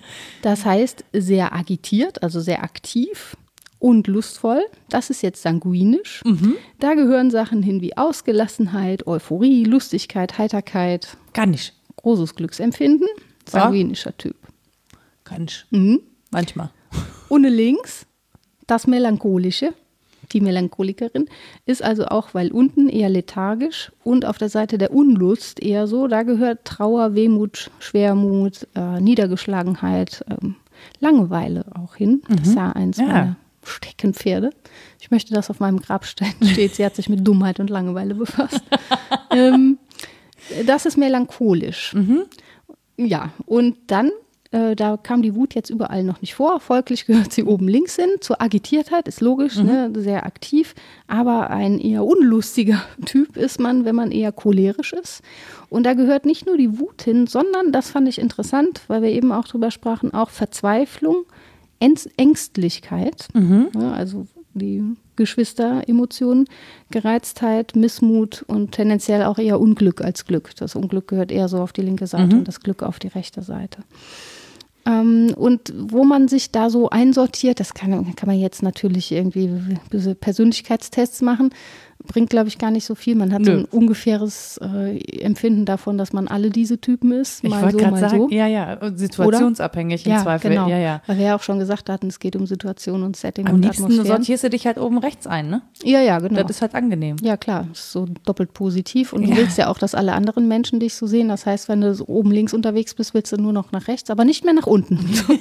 Das heißt, sehr agitiert, also sehr aktiv und lustvoll. Das ist jetzt sanguinisch. Mhm. Da gehören Sachen hin wie Ausgelassenheit, Euphorie, Lustigkeit, Heiterkeit. Kann ich. Großes Glücksempfinden. Sanguinischer ja. Typ. Kann ich. Mhm. Manchmal. Und links das Melancholische. Die Melancholikerin ist also auch, weil unten eher lethargisch und auf der Seite der Unlust eher so, da gehört Trauer, Wehmut, Schwermut, äh, Niedergeschlagenheit, ähm, Langeweile auch hin. Mhm. Das ist ja eins ja. meiner Steckenpferde. Ich möchte, dass auf meinem Grabstein steht, sie hat sich mit Dummheit und Langeweile befasst. ähm, das ist melancholisch. Mhm. Ja, und dann da kam die Wut jetzt überall noch nicht vor. Folglich gehört sie oben links hin. Zur Agitiertheit ist logisch, mhm. ne, sehr aktiv. Aber ein eher unlustiger Typ ist man, wenn man eher cholerisch ist. Und da gehört nicht nur die Wut hin, sondern, das fand ich interessant, weil wir eben auch drüber sprachen, auch Verzweiflung, Ängstlichkeit, mhm. ja, also die Geschwisteremotionen, Gereiztheit, Missmut und tendenziell auch eher Unglück als Glück. Das Unglück gehört eher so auf die linke Seite mhm. und das Glück auf die rechte Seite. Ähm, und wo man sich da so einsortiert, das kann, kann man jetzt natürlich irgendwie Persönlichkeitstests machen, bringt, glaube ich, gar nicht so viel. Man hat Nö. so ein ungefähres äh, Empfinden davon, dass man alle diese Typen ist. Ich wollte so, gerade sagen, so. ja, ja, situationsabhängig Oder? im ja, Zweifel. Genau. Ja, ja. Weil wir ja auch schon gesagt hatten, es geht um Situation und Setting Am und liebsten Atmosphäre. sortierst du dich halt oben rechts ein, ne? Ja, ja, genau. Das ist halt angenehm. Ja, klar, das ist so doppelt positiv. Und ja. du willst ja auch, dass alle anderen Menschen dich so sehen. Das heißt, wenn du so oben links unterwegs bist, willst du nur noch nach rechts, aber nicht mehr nach unten.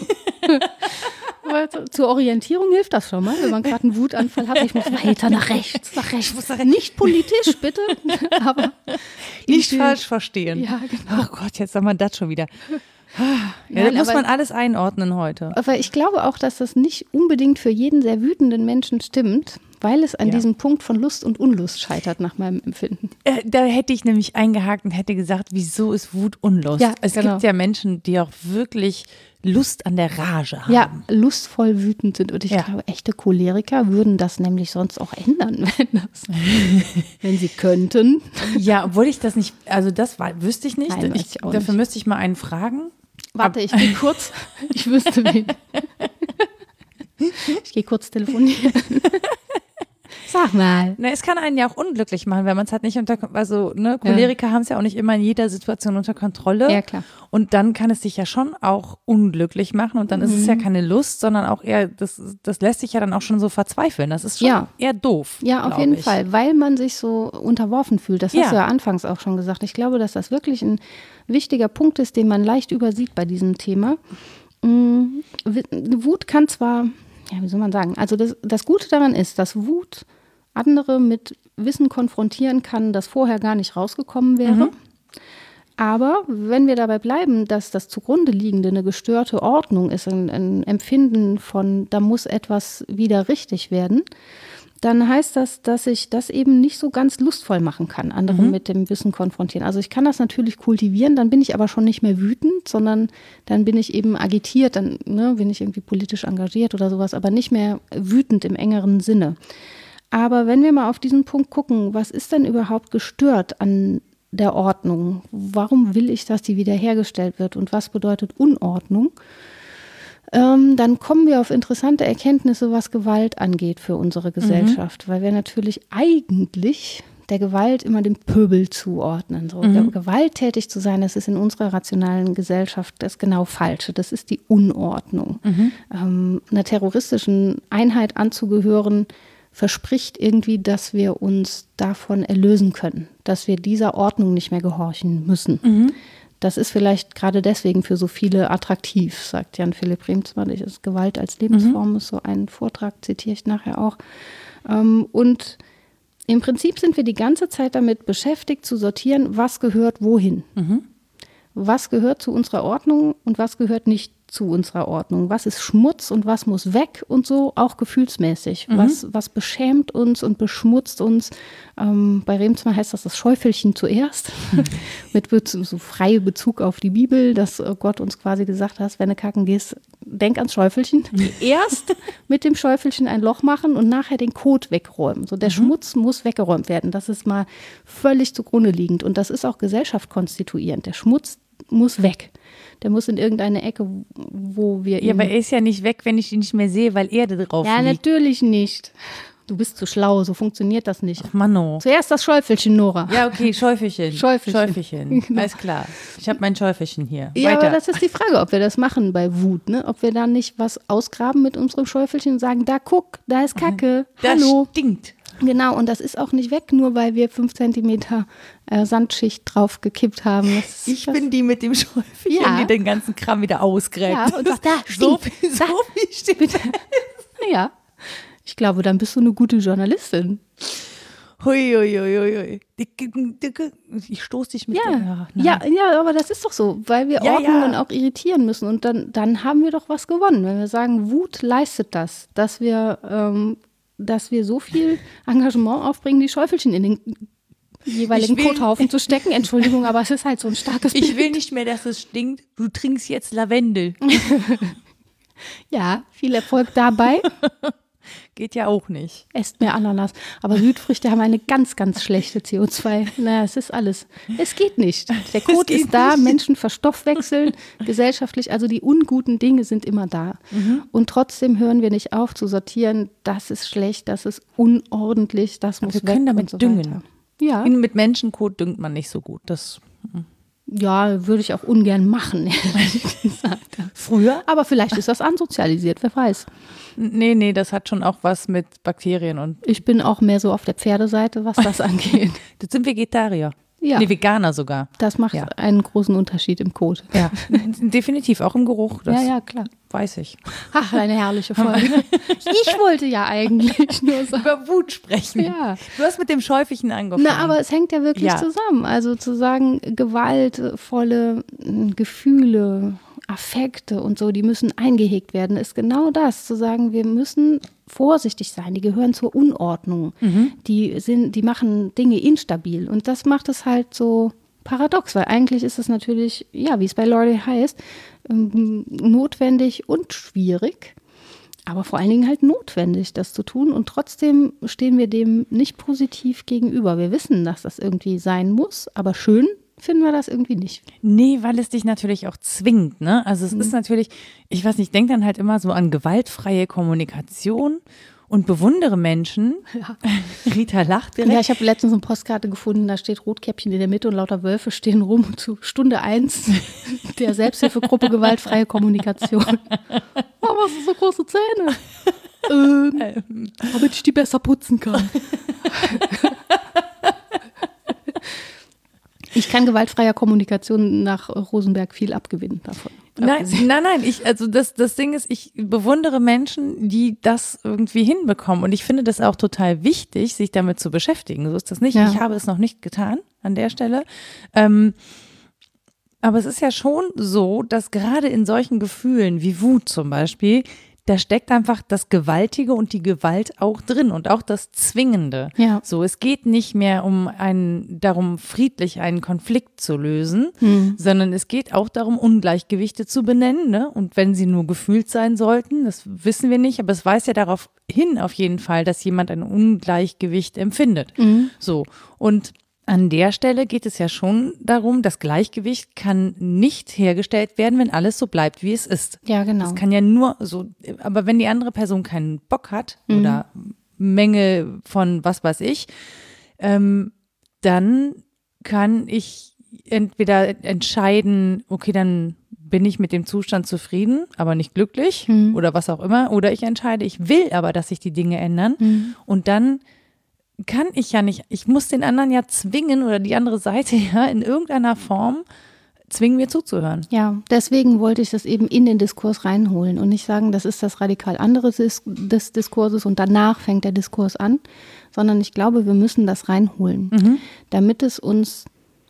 Zur Orientierung hilft das schon mal, wenn man gerade einen Wutanfall hat. Ich muss weiter nach rechts, nach rechts. Nicht politisch, bitte, aber nicht falsch verstehen. Ja, genau. Oh Gott, jetzt sagen wir das schon wieder. Ja, Nein, da muss aber, man alles einordnen heute. Aber ich glaube auch, dass das nicht unbedingt für jeden sehr wütenden Menschen stimmt, weil es an ja. diesem Punkt von Lust und Unlust scheitert, nach meinem Empfinden. Äh, da hätte ich nämlich eingehakt und hätte gesagt, wieso ist Wut Unlust? Ja, es genau. gibt ja Menschen, die auch wirklich Lust an der Rage haben. Ja, lustvoll wütend sind. Und ich ja. glaube, echte Choleriker würden das nämlich sonst auch ändern, wenn, das, wenn sie könnten. Ja, obwohl ich das nicht, also das war, wüsste ich nicht. Nein, ich, ich auch dafür nicht. müsste ich mal einen fragen. Warte, ich gehe kurz. Ich wüsste wen. Ich gehe kurz telefonieren. Sag mal. Na, es kann einen ja auch unglücklich machen, wenn man es halt nicht unter, also ne, Choleriker ja. haben es ja auch nicht immer in jeder Situation unter Kontrolle. Ja, klar. Und dann kann es sich ja schon auch unglücklich machen und dann mhm. ist es ja keine Lust, sondern auch eher, das, das lässt sich ja dann auch schon so verzweifeln. Das ist schon ja. eher doof. Ja, auf jeden ich. Fall, weil man sich so unterworfen fühlt. Das hast ja. du ja anfangs auch schon gesagt. Ich glaube, dass das wirklich ein wichtiger Punkt ist, den man leicht übersieht bei diesem Thema. Wut kann zwar, ja, wie soll man sagen, also das, das Gute daran ist, dass Wut andere mit Wissen konfrontieren kann, das vorher gar nicht rausgekommen wäre. Mhm. Aber wenn wir dabei bleiben, dass das zugrunde liegende eine gestörte Ordnung ist, ein, ein Empfinden von, da muss etwas wieder richtig werden, dann heißt das, dass ich das eben nicht so ganz lustvoll machen kann, andere mhm. mit dem Wissen konfrontieren. Also ich kann das natürlich kultivieren, dann bin ich aber schon nicht mehr wütend, sondern dann bin ich eben agitiert, dann ne, bin ich irgendwie politisch engagiert oder sowas, aber nicht mehr wütend im engeren Sinne. Aber wenn wir mal auf diesen Punkt gucken, was ist denn überhaupt gestört an der Ordnung? Warum will ich, dass die wiederhergestellt wird? Und was bedeutet Unordnung? Ähm, dann kommen wir auf interessante Erkenntnisse, was Gewalt angeht für unsere Gesellschaft. Mhm. Weil wir natürlich eigentlich der Gewalt immer dem Pöbel zuordnen. So, mhm. gewalttätig zu sein, das ist in unserer rationalen Gesellschaft das genau Falsche. Das ist die Unordnung. Mhm. Ähm, einer terroristischen Einheit anzugehören, verspricht irgendwie, dass wir uns davon erlösen können, dass wir dieser Ordnung nicht mehr gehorchen müssen. Mhm. Das ist vielleicht gerade deswegen für so viele attraktiv, sagt Jan Philipp Remsmann. Das Gewalt als Lebensform mhm. ist so ein Vortrag, zitiere ich nachher auch. Und im Prinzip sind wir die ganze Zeit damit beschäftigt, zu sortieren, was gehört wohin. Mhm. Was gehört zu unserer Ordnung und was gehört nicht zu unserer Ordnung. Was ist Schmutz und was muss weg und so auch gefühlsmäßig. Mhm. Was, was beschämt uns und beschmutzt uns. Ähm, bei Remsmann heißt das das Schäufelchen zuerst. Mhm. Mit Bezug, so freie Bezug auf die Bibel, dass Gott uns quasi gesagt hat, wenn du kacken gehst, denk ans Schäufelchen. Erst mit dem Schäufelchen ein Loch machen und nachher den Kot wegräumen. So, der mhm. Schmutz muss weggeräumt werden. Das ist mal völlig zugrunde liegend. Und das ist auch Gesellschaft konstituierend. Der Schmutz muss weg. Der muss in irgendeine Ecke, wo wir ihn... Ja, aber er ist ja nicht weg, wenn ich ihn nicht mehr sehe, weil Erde drauf Ja, liegt. natürlich nicht. Du bist zu schlau, so funktioniert das nicht. Ach, Mano. Zuerst das Schäufelchen, Nora. Ja, okay, Schäufelchen. Schäufelchen. Schäufelchen. Genau. Alles klar. Ich habe mein Schäufelchen hier. Ja, Weiter. aber das ist die Frage, ob wir das machen bei Wut, ne? Ob wir da nicht was ausgraben mit unserem Schäufelchen und sagen, da guck, da ist Kacke, das hallo. stinkt. Genau, und das ist auch nicht weg, nur weil wir fünf Zentimeter äh, Sandschicht drauf gekippt haben. Das, Ich das, bin die mit dem Schäufelchen, Ja. die den ganzen Kram wieder ausgräbt. Ja, und sagt, da so stinkt. viel, so Da. viel stinkt. Ja, ich glaube, dann bist du eine gute Journalistin. Hui, hui, hui, hui. Ich stoße dich mit Ja, der. Ach, nein. ja, ja, aber das ist doch so, weil wir Ja, Ordnung ja. und auch irritieren müssen. Und dann, dann haben wir doch was gewonnen, wenn wir sagen, Wut leistet das, dass wir, ähm, dass wir so viel Engagement aufbringen, die Schäufelchen in den jeweiligen Ich will- Kothaufen zu stecken. Entschuldigung, aber es ist halt so ein starkes Bild. Ich will nicht mehr, dass es stinkt. Du trinkst jetzt Lavendel. Ja, viel Erfolg dabei. Geht ja auch nicht. Esst mehr Ananas. Aber Südfrüchte haben eine ganz, ganz schlechte C O zwei. Naja, es ist alles. Es geht nicht. Der Code geht ist da, nicht. Menschen verstoffwechseln, gesellschaftlich, also die unguten Dinge sind immer da. Und trotzdem hören wir nicht auf zu sortieren, das ist schlecht, das ist unordentlich, das muss wir weg können damit und so düngen. weiter. Ja, Mit Menschenkot düngt man nicht so gut. Das ja, würde ich auch ungern machen, ehrlich gesagt. früher? Aber vielleicht ist das ansozialisiert, wer weiß. Nee, nee, das hat schon auch was mit Bakterien und. Ich bin auch mehr so auf der Pferdeseite, was das angeht. Das sind Vegetarier. Ja. Nee, Veganer sogar. Das macht Ja. einen großen Unterschied im Code. Ja, definitiv, auch im Geruch. Das Ja, ja, klar. weiß ich. Ach, eine herrliche Folge. Ich wollte ja eigentlich nur sagen. Über Wut sprechen. Ja. Du hast mit dem Schäufelchen angefangen. Na, aber es hängt ja wirklich Ja. zusammen. Also zu sagen, gewaltvolle äh, Gefühle, Affekte und so, die müssen eingehegt werden, ist genau das. Zu sagen, wir müssen vorsichtig sein, die gehören zur Unordnung. Die sind, die machen Dinge instabil. Und das macht es halt so paradox, weil eigentlich ist es natürlich, ja, wie es bei Loreley heißt, ähm, notwendig und schwierig. Aber vor allen Dingen halt notwendig, das zu tun. Und trotzdem stehen wir dem nicht positiv gegenüber. Wir wissen, dass das irgendwie sein muss, aber schön finden wir das irgendwie nicht. Nee, weil es dich natürlich auch zwingt, ne? Also es ist natürlich, ich weiß nicht, ich denke dann halt immer so an gewaltfreie Kommunikation und bewundere Menschen. Ja. Rita lacht direkt. Ja, ich habe letztens eine Postkarte gefunden, da steht Rotkäppchen in der Mitte und lauter Wölfe stehen rum zu Stunde eins der Selbsthilfegruppe gewaltfreie Kommunikation. Oh, was hast du so große Zähne? ähm, damit ich die besser putzen kann. Ich kann gewaltfreier Kommunikation nach Rosenberg viel abgewinnen davon. Nein, nein, nein, ich, also das, das Ding ist, ich bewundere Menschen, die das irgendwie hinbekommen. Und ich finde das auch total wichtig, sich damit zu beschäftigen. So ist das nicht. Ja. Ich habe es noch nicht getan an der Stelle. Ähm, aber es ist ja schon so, dass gerade in solchen Gefühlen wie Wut zum Beispiel, da steckt einfach das Gewaltige und die Gewalt auch drin und auch das Zwingende. Ja. So, es geht nicht mehr um einen, darum, friedlich einen Konflikt zu lösen, Hm. sondern es geht auch darum, Ungleichgewichte zu benennen, ne? Und wenn sie nur gefühlt sein sollten, das wissen wir nicht, aber es weist ja darauf hin, auf jeden Fall, dass jemand ein Ungleichgewicht empfindet. Mhm. So, und an der Stelle geht es ja schon darum, das Gleichgewicht kann nicht hergestellt werden, wenn alles so bleibt, wie es ist. Ja, genau. Das kann ja nur so, aber wenn die andere Person keinen Bock hat Mhm. oder Menge von was weiß ich, ähm, dann kann ich entweder entscheiden, okay, dann bin ich mit dem Zustand zufrieden, aber nicht glücklich Mhm. oder was auch immer, oder ich entscheide, ich will aber, dass sich die Dinge ändern Mhm. und dann kann ich ja nicht, ich muss den anderen ja zwingen oder die andere Seite ja in irgendeiner Form zwingen, mir zuzuhören. Ja, deswegen wollte ich das eben in den Diskurs reinholen und nicht sagen, das ist das radikal andere Dis- des Diskurses und danach fängt der Diskurs an, sondern ich glaube, wir müssen das reinholen, Mhm. damit es uns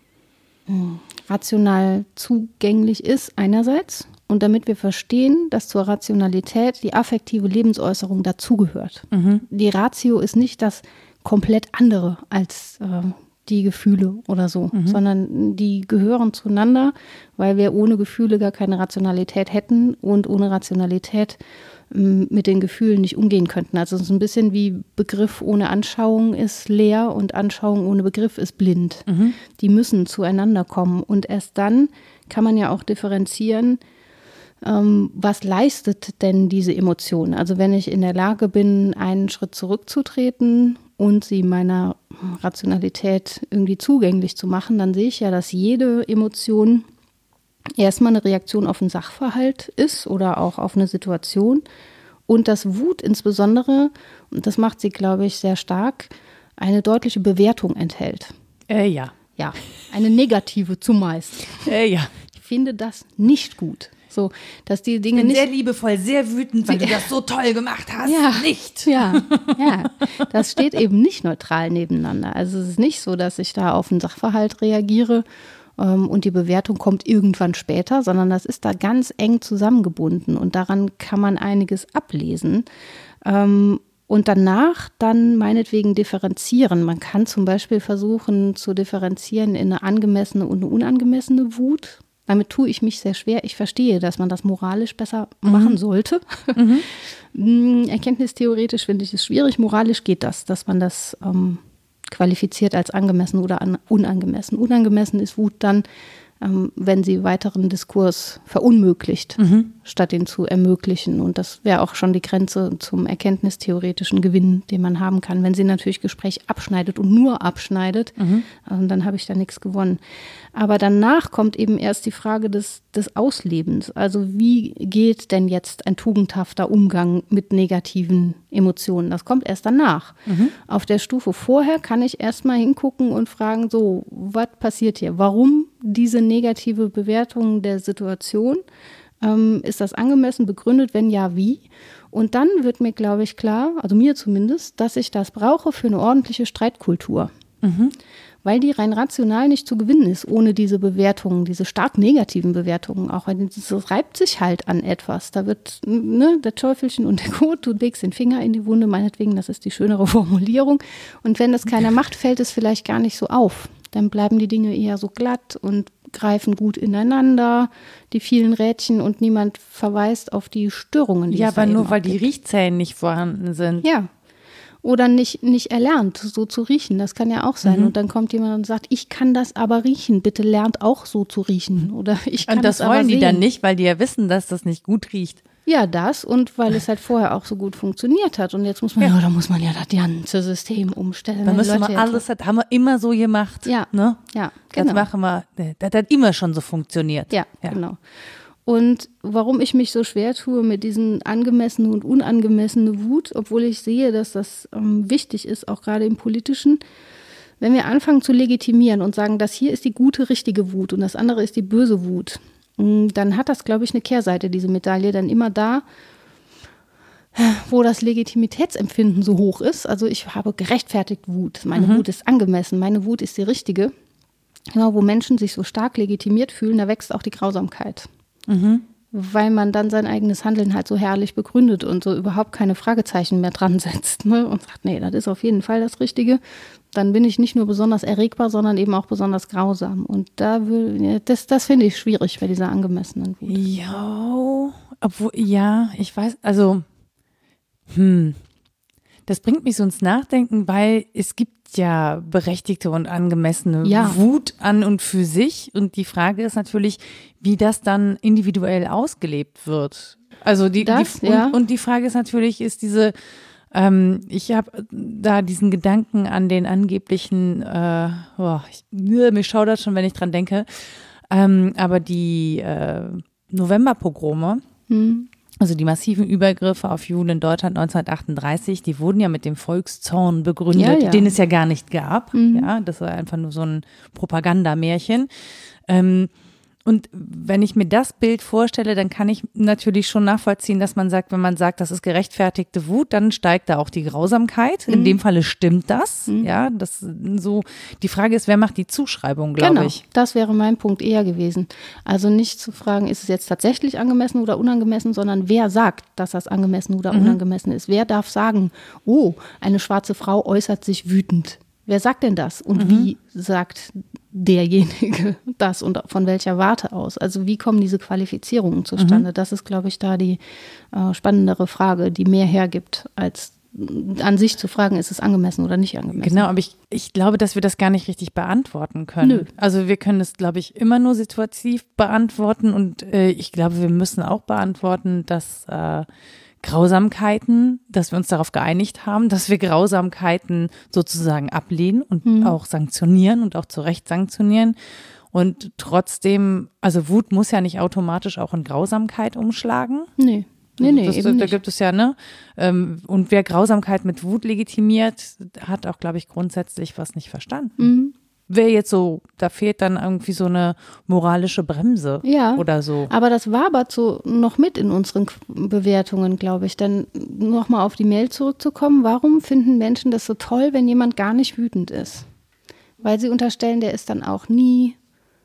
mh, rational zugänglich ist einerseits und damit wir verstehen, dass zur Rationalität die affektive Lebensäußerung dazugehört. Mhm. Die Ratio ist nicht das komplett andere als äh, die Gefühle oder so, Mhm. sondern die gehören zueinander, weil wir ohne Gefühle gar keine Rationalität hätten und ohne Rationalität ähm, mit den Gefühlen nicht umgehen könnten. Also es ist ein bisschen wie Begriff ohne Anschauung ist leer und Anschauung ohne Begriff ist blind. Mhm. Die müssen zueinander kommen und erst dann kann man ja auch differenzieren, ähm, was leistet denn diese Emotion? Also wenn ich in der Lage bin, einen Schritt zurückzutreten und sie meiner Rationalität irgendwie zugänglich zu machen, dann sehe ich ja, dass jede Emotion erstmal eine Reaktion auf einen Sachverhalt ist oder auch auf eine Situation. Und dass Wut insbesondere, und das macht sie, glaube ich, sehr stark, eine deutliche Bewertung enthält. Äh, ja. Ja, eine negative zumeist. Äh, ja. Ich finde das nicht gut. So, dass die Dinge Ich bin nicht sehr liebevoll, sehr wütend, weil du das so toll gemacht hast. Ja, nicht. Ja, ja, das steht eben nicht neutral nebeneinander. Also es ist nicht so, dass ich da auf einen Sachverhalt reagiere ähm, und die Bewertung kommt irgendwann später, sondern das ist da ganz eng zusammengebunden und daran kann man einiges ablesen. Ähm, Und danach dann meinetwegen differenzieren. Man kann zum Beispiel versuchen zu differenzieren in eine angemessene und eine unangemessene Wut. Damit tue ich mich sehr schwer. Ich verstehe, dass man das moralisch besser mhm. machen sollte. Mhm. Erkenntnistheoretisch finde ich es schwierig. Moralisch geht das, dass man das ähm, qualifiziert als angemessen oder an, unangemessen. Unangemessen ist Wut dann, ähm, wenn sie weiteren Diskurs verunmöglicht, mhm. statt ihn zu ermöglichen. Und das wäre auch schon die Grenze zum erkenntnistheoretischen Gewinn, den man haben kann. Wenn sie natürlich Gespräch abschneidet und nur abschneidet, mhm. ähm, dann habe ich da nichts gewonnen. Aber danach kommt eben erst die Frage des, des Auslebens. Also wie geht denn jetzt ein tugendhafter Umgang mit negativen Emotionen? Das kommt erst danach. Mhm. Auf der Stufe vorher kann ich erst mal hingucken und fragen, so, was passiert hier? Warum diese negative Bewertung der Situation? Ähm, ist das angemessen begründet? Wenn ja, wie? Und dann wird mir, glaube ich, klar, also mir zumindest, dass ich das brauche für eine ordentliche Streitkultur. Mhm. Weil die rein rational nicht zu gewinnen ist, ohne diese Bewertungen, diese stark negativen Bewertungen. Auch das reibt sich halt an etwas. Da wird ne, der Teufelchen und der Kot, du legst den Finger in die Wunde, meinetwegen, das ist die schönere Formulierung. Und wenn das keiner macht, fällt es vielleicht gar nicht so auf. Dann bleiben die Dinge eher so glatt und greifen gut ineinander, die vielen Rädchen und niemand verweist auf die Störungen, die ja, es aber da nur eben weil auch die gibt. Riechzellen nicht vorhanden sind. Ja. Oder nicht, nicht erlernt, so zu riechen. Das kann ja auch sein. Mhm. Und dann kommt jemand und sagt, ich kann das aber riechen. Bitte lernt auch so zu riechen. Oder ich kann und das es wollen aber die sehen. dann nicht, weil die ja wissen, dass das nicht gut riecht. Ja, das und weil es halt vorher auch so gut funktioniert hat. Und jetzt muss man, ja, ja da muss man ja das ganze System umstellen. Da müssen wir alles, das haben wir immer so gemacht. Ja, ne? ja, genau. Das machen wir, das hat immer schon so funktioniert. Ja, ja, genau. Und warum ich mich so schwer tue mit diesen angemessenen und unangemessenen Wut, obwohl ich sehe, dass das ähm, wichtig ist, auch gerade im Politischen, wenn wir anfangen zu legitimieren und sagen, das hier ist die gute, richtige Wut und das andere ist die böse Wut, dann hat das, glaube ich, eine Kehrseite, diese Medaille, dann immer da, wo das Legitimitätsempfinden so hoch ist. Also ich habe gerechtfertigt Wut, meine mhm. Wut ist angemessen, meine Wut ist die richtige. Genau, wo Menschen sich so stark legitimiert fühlen, da wächst auch die Grausamkeit. Mhm. Weil man dann sein eigenes Handeln halt so herrlich begründet und so überhaupt keine Fragezeichen mehr dran setzt, ne? Und sagt, nee, das ist auf jeden Fall das Richtige. Dann bin ich nicht nur besonders erregbar, sondern eben auch besonders grausam. Und da will, das, das finde ich schwierig bei dieser angemessenen Wut. Ja, obwohl, ja, ich weiß, also, hm, das bringt mich so ins Nachdenken, weil es gibt ja berechtigte und angemessene ja. Wut an und für sich. Und die Frage ist natürlich, wie das dann individuell ausgelebt wird. Also die, das, die ja. und, und die Frage ist natürlich, ist diese, ähm, ich habe da diesen Gedanken an den angeblichen, äh, oh, ich, mir schaudert schon, wenn ich dran denke, ähm, aber die äh, Novemberpogrome, hm. also die massiven Übergriffe auf Juden in Deutschland neunzehnhundertachtunddreißig, die wurden ja mit dem Volkszorn begründet, ja, ja. den es ja gar nicht gab. Mhm. Ja, das war einfach nur so ein Propagandamärchen. Ähm, Und wenn ich mir das Bild vorstelle, dann kann ich natürlich schon nachvollziehen, dass man sagt, wenn man sagt, das ist gerechtfertigte Wut, dann steigt da auch die Grausamkeit. Mhm. In dem Falle stimmt das. Mhm. Ja, das so. Die Frage ist, wer macht die Zuschreibung, glaube genau, ich. Genau, das wäre mein Punkt eher gewesen. Also nicht zu fragen, ist es jetzt tatsächlich angemessen oder unangemessen, sondern wer sagt, dass das angemessen oder mhm. unangemessen ist. Wer darf sagen, oh, eine schwarze Frau äußert sich wütend. Wer sagt denn das? Und mhm. wie sagt derjenige das und von welcher Warte aus? Also wie kommen diese Qualifizierungen zustande? Mhm. Das ist, glaube ich, da die äh, spannendere Frage, die mehr hergibt als an sich zu fragen, ist es angemessen oder nicht angemessen. Genau, aber ich, ich glaube, dass wir das gar nicht richtig beantworten können. Nö. Also wir können es, glaube ich, immer nur situativ beantworten und äh, ich glaube, wir müssen auch beantworten, dass äh, Grausamkeiten, dass wir uns darauf geeinigt haben, dass wir Grausamkeiten sozusagen ablehnen und mhm. auch sanktionieren und auch zu Recht sanktionieren. Und trotzdem, also Wut muss ja nicht automatisch auch in Grausamkeit umschlagen. Nee. Nee, nee, das, eben da nicht. gibt es ja, ne? Und wer Grausamkeit mit Wut legitimiert, hat auch, glaube ich, grundsätzlich was nicht verstanden. Mhm. Wer jetzt so, da fehlt dann irgendwie so eine moralische Bremse ja, oder so. Aber das wabert so noch mit in unseren Bewertungen, glaube ich. Dann nochmal auf die Mail zurückzukommen. Warum finden Menschen das so toll, wenn jemand gar nicht wütend ist? Weil sie unterstellen, der ist dann auch nie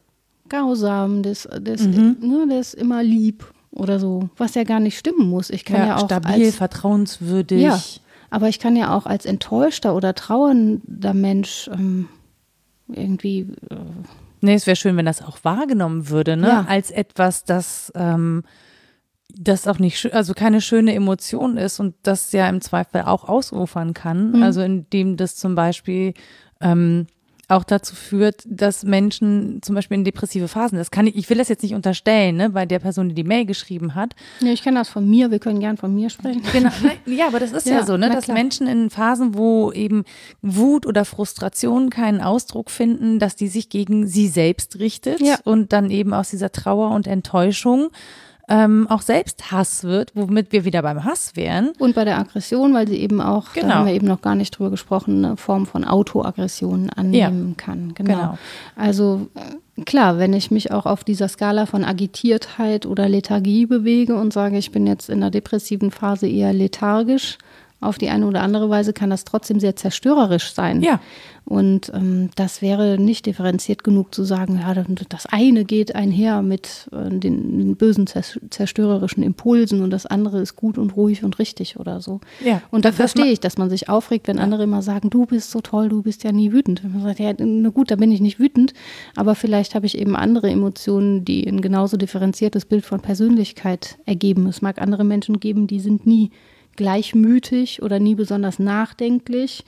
grausam, das, das, Mhm. ne, der ist immer lieb. Oder so, was ja gar nicht stimmen muss. Ich kann ja, ja auch stabil, als, vertrauenswürdig. Ja, aber ich kann ja auch als enttäuschter oder trauernder Mensch ähm, irgendwie. Äh, nee, es wäre schön, wenn das auch wahrgenommen würde, ne? Ja. Als etwas, das, ähm, das auch nicht, also keine schöne Emotion ist und das ja im Zweifel auch ausufern kann. Mhm. Also indem das zum Beispiel ähm, auch dazu führt, dass Menschen zum Beispiel in depressive Phasen, das kann ich, ich will das jetzt nicht unterstellen, ne, bei der Person, die die Mail geschrieben hat. Ja, ich kenne das von mir, wir können gern von mir sprechen. Genau, ja, aber das ist ja, ja so, ne, dass klar. Menschen in Phasen, wo eben Wut oder Frustration keinen Ausdruck finden, dass die sich gegen sie selbst richtet ja. und dann eben aus dieser Trauer und Enttäuschung Ähm, auch selbst Hass wird, womit wir wieder beim Hass wären. Und bei der Aggression, weil sie eben auch, genau. da haben wir eben noch gar nicht drüber gesprochen, eine Form von Autoaggression annehmen ja. kann. Genau. genau. Also äh, klar, wenn ich mich auch auf dieser Skala von Agitiertheit oder Lethargie bewege und sage, ich bin jetzt in der depressiven Phase eher lethargisch, auf die eine oder andere Weise kann das trotzdem sehr zerstörerisch sein. Ja. Und ähm, das wäre nicht differenziert genug zu sagen, ja, das eine geht einher mit äh, den, den bösen zerstörerischen Impulsen und das andere ist gut und ruhig und richtig oder so. Ja. Und da verstehe ich, dass man sich aufregt, wenn ja. andere immer sagen, du bist so toll, du bist ja nie wütend. Wenn man sagt, ja, na gut, da bin ich nicht wütend, aber vielleicht habe ich eben andere Emotionen, die ein genauso differenziertes Bild von Persönlichkeit ergeben. Es mag andere Menschen geben, die sind nie gleichmütig oder nie besonders nachdenklich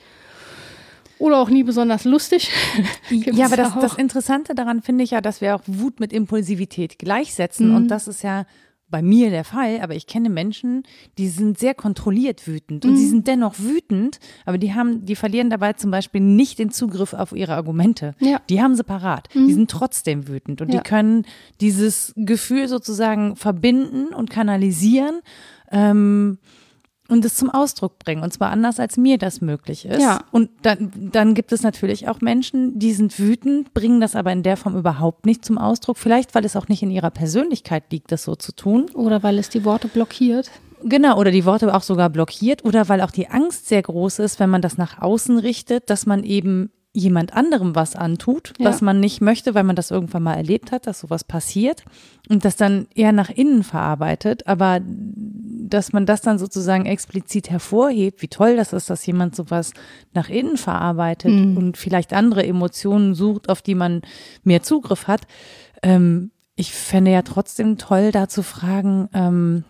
oder auch nie besonders lustig. Ja, aber das, das Interessante daran finde ich ja, dass wir auch Wut mit Impulsivität gleichsetzen mhm. und das ist ja bei mir der Fall, aber ich kenne Menschen, die sind sehr kontrolliert wütend und mhm. sie sind dennoch wütend, aber die haben, die verlieren dabei zum Beispiel nicht den Zugriff auf ihre Argumente. Ja. Die haben sie parat. Mhm. Die sind trotzdem wütend und ja. die können dieses Gefühl sozusagen verbinden und kanalisieren, ähm, und es zum Ausdruck bringen. Und zwar anders, als mir das möglich ist. Ja. Und dann, dann gibt es natürlich auch Menschen, die sind wütend, bringen das aber in der Form überhaupt nicht zum Ausdruck. Vielleicht, weil es auch nicht in ihrer Persönlichkeit liegt, das so zu tun. Oder weil es die Worte blockiert. Genau, oder die Worte auch sogar blockiert. Oder weil auch die Angst sehr groß ist, wenn man das nach außen richtet, dass man eben jemand anderem was antut, ja. was man nicht möchte, weil man das irgendwann mal erlebt hat, dass sowas passiert und das dann eher nach innen verarbeitet, aber dass man das dann sozusagen explizit hervorhebt, wie toll das ist, dass jemand sowas nach innen verarbeitet mhm. und vielleicht andere Emotionen sucht, auf die man mehr Zugriff hat. Ähm, ich fände ja trotzdem toll, da zu fragen, ähm,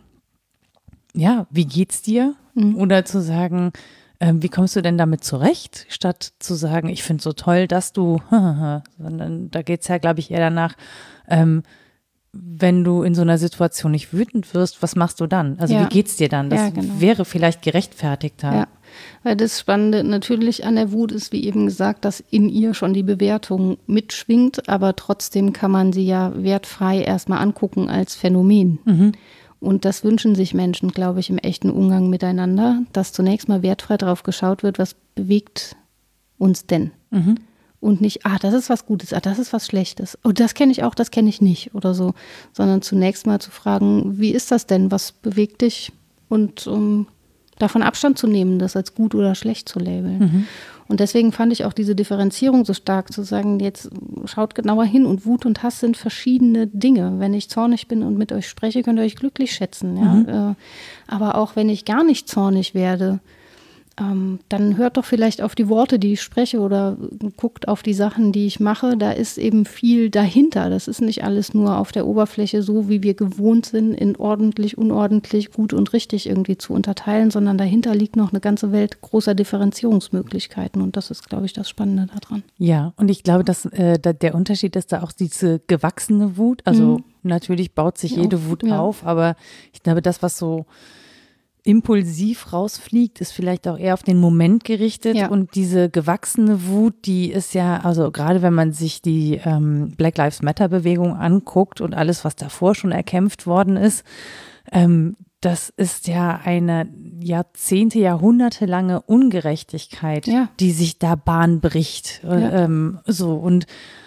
ja, wie geht's dir? Mhm. Oder zu sagen, wie kommst du denn damit zurecht, statt zu sagen, ich finde es so toll, dass du, sondern da geht es ja, glaube ich, eher danach, ähm, wenn du in so einer Situation nicht wütend wirst, was machst du dann? Also ja. wie geht's dir dann? Das ja, genau. wäre vielleicht gerechtfertigter. Ja, weil das Spannende natürlich an der Wut ist, wie eben gesagt, dass in ihr schon die Bewertung mitschwingt, aber trotzdem kann man sie ja wertfrei erstmal angucken als Phänomen. Mhm. Und das wünschen sich Menschen, glaube ich, im echten Umgang miteinander, dass zunächst mal wertfrei darauf geschaut wird, was bewegt uns denn? Mhm. Und nicht, ah, das ist was Gutes, ah, das ist was Schlechtes. Oh, das kenne ich auch, das kenne ich nicht oder so. Sondern zunächst mal zu fragen, wie ist das denn? Was bewegt dich? Und um davon Abstand zu nehmen, das als gut oder schlecht zu labeln. Mhm. Und deswegen fand ich auch diese Differenzierung so stark, zu sagen, jetzt schaut genauer hin und Wut und Hass sind verschiedene Dinge. Wenn ich zornig bin und mit euch spreche, könnt ihr euch glücklich schätzen. Ja? Mhm. Aber auch wenn ich gar nicht zornig werde, ähm, dann hört doch vielleicht auf die Worte, die ich spreche oder guckt auf die Sachen, die ich mache. Da ist eben viel dahinter. Das ist nicht alles nur auf der Oberfläche so, wie wir gewohnt sind, in ordentlich, unordentlich, gut und richtig irgendwie zu unterteilen, sondern dahinter liegt noch eine ganze Welt großer Differenzierungsmöglichkeiten. Und das ist, glaube ich, das Spannende daran. Ja, und ich glaube, dass äh, da der Unterschied ist da auch diese gewachsene Wut. Also mhm. natürlich baut sich jede auf, Wut ja. auf, aber ich glaube, das, was so impulsiv rausfliegt, ist vielleicht auch eher auf den Moment gerichtet ja. und diese gewachsene Wut, die ist ja, also gerade wenn man sich die ähm, Black Lives Matter Bewegung anguckt und alles, was davor schon erkämpft worden ist, ähm, das ist ja eine Jahrzehnte, Jahrhunderte lange Ungerechtigkeit, ja. die sich da Bahn bricht. Ja. Ähm, so und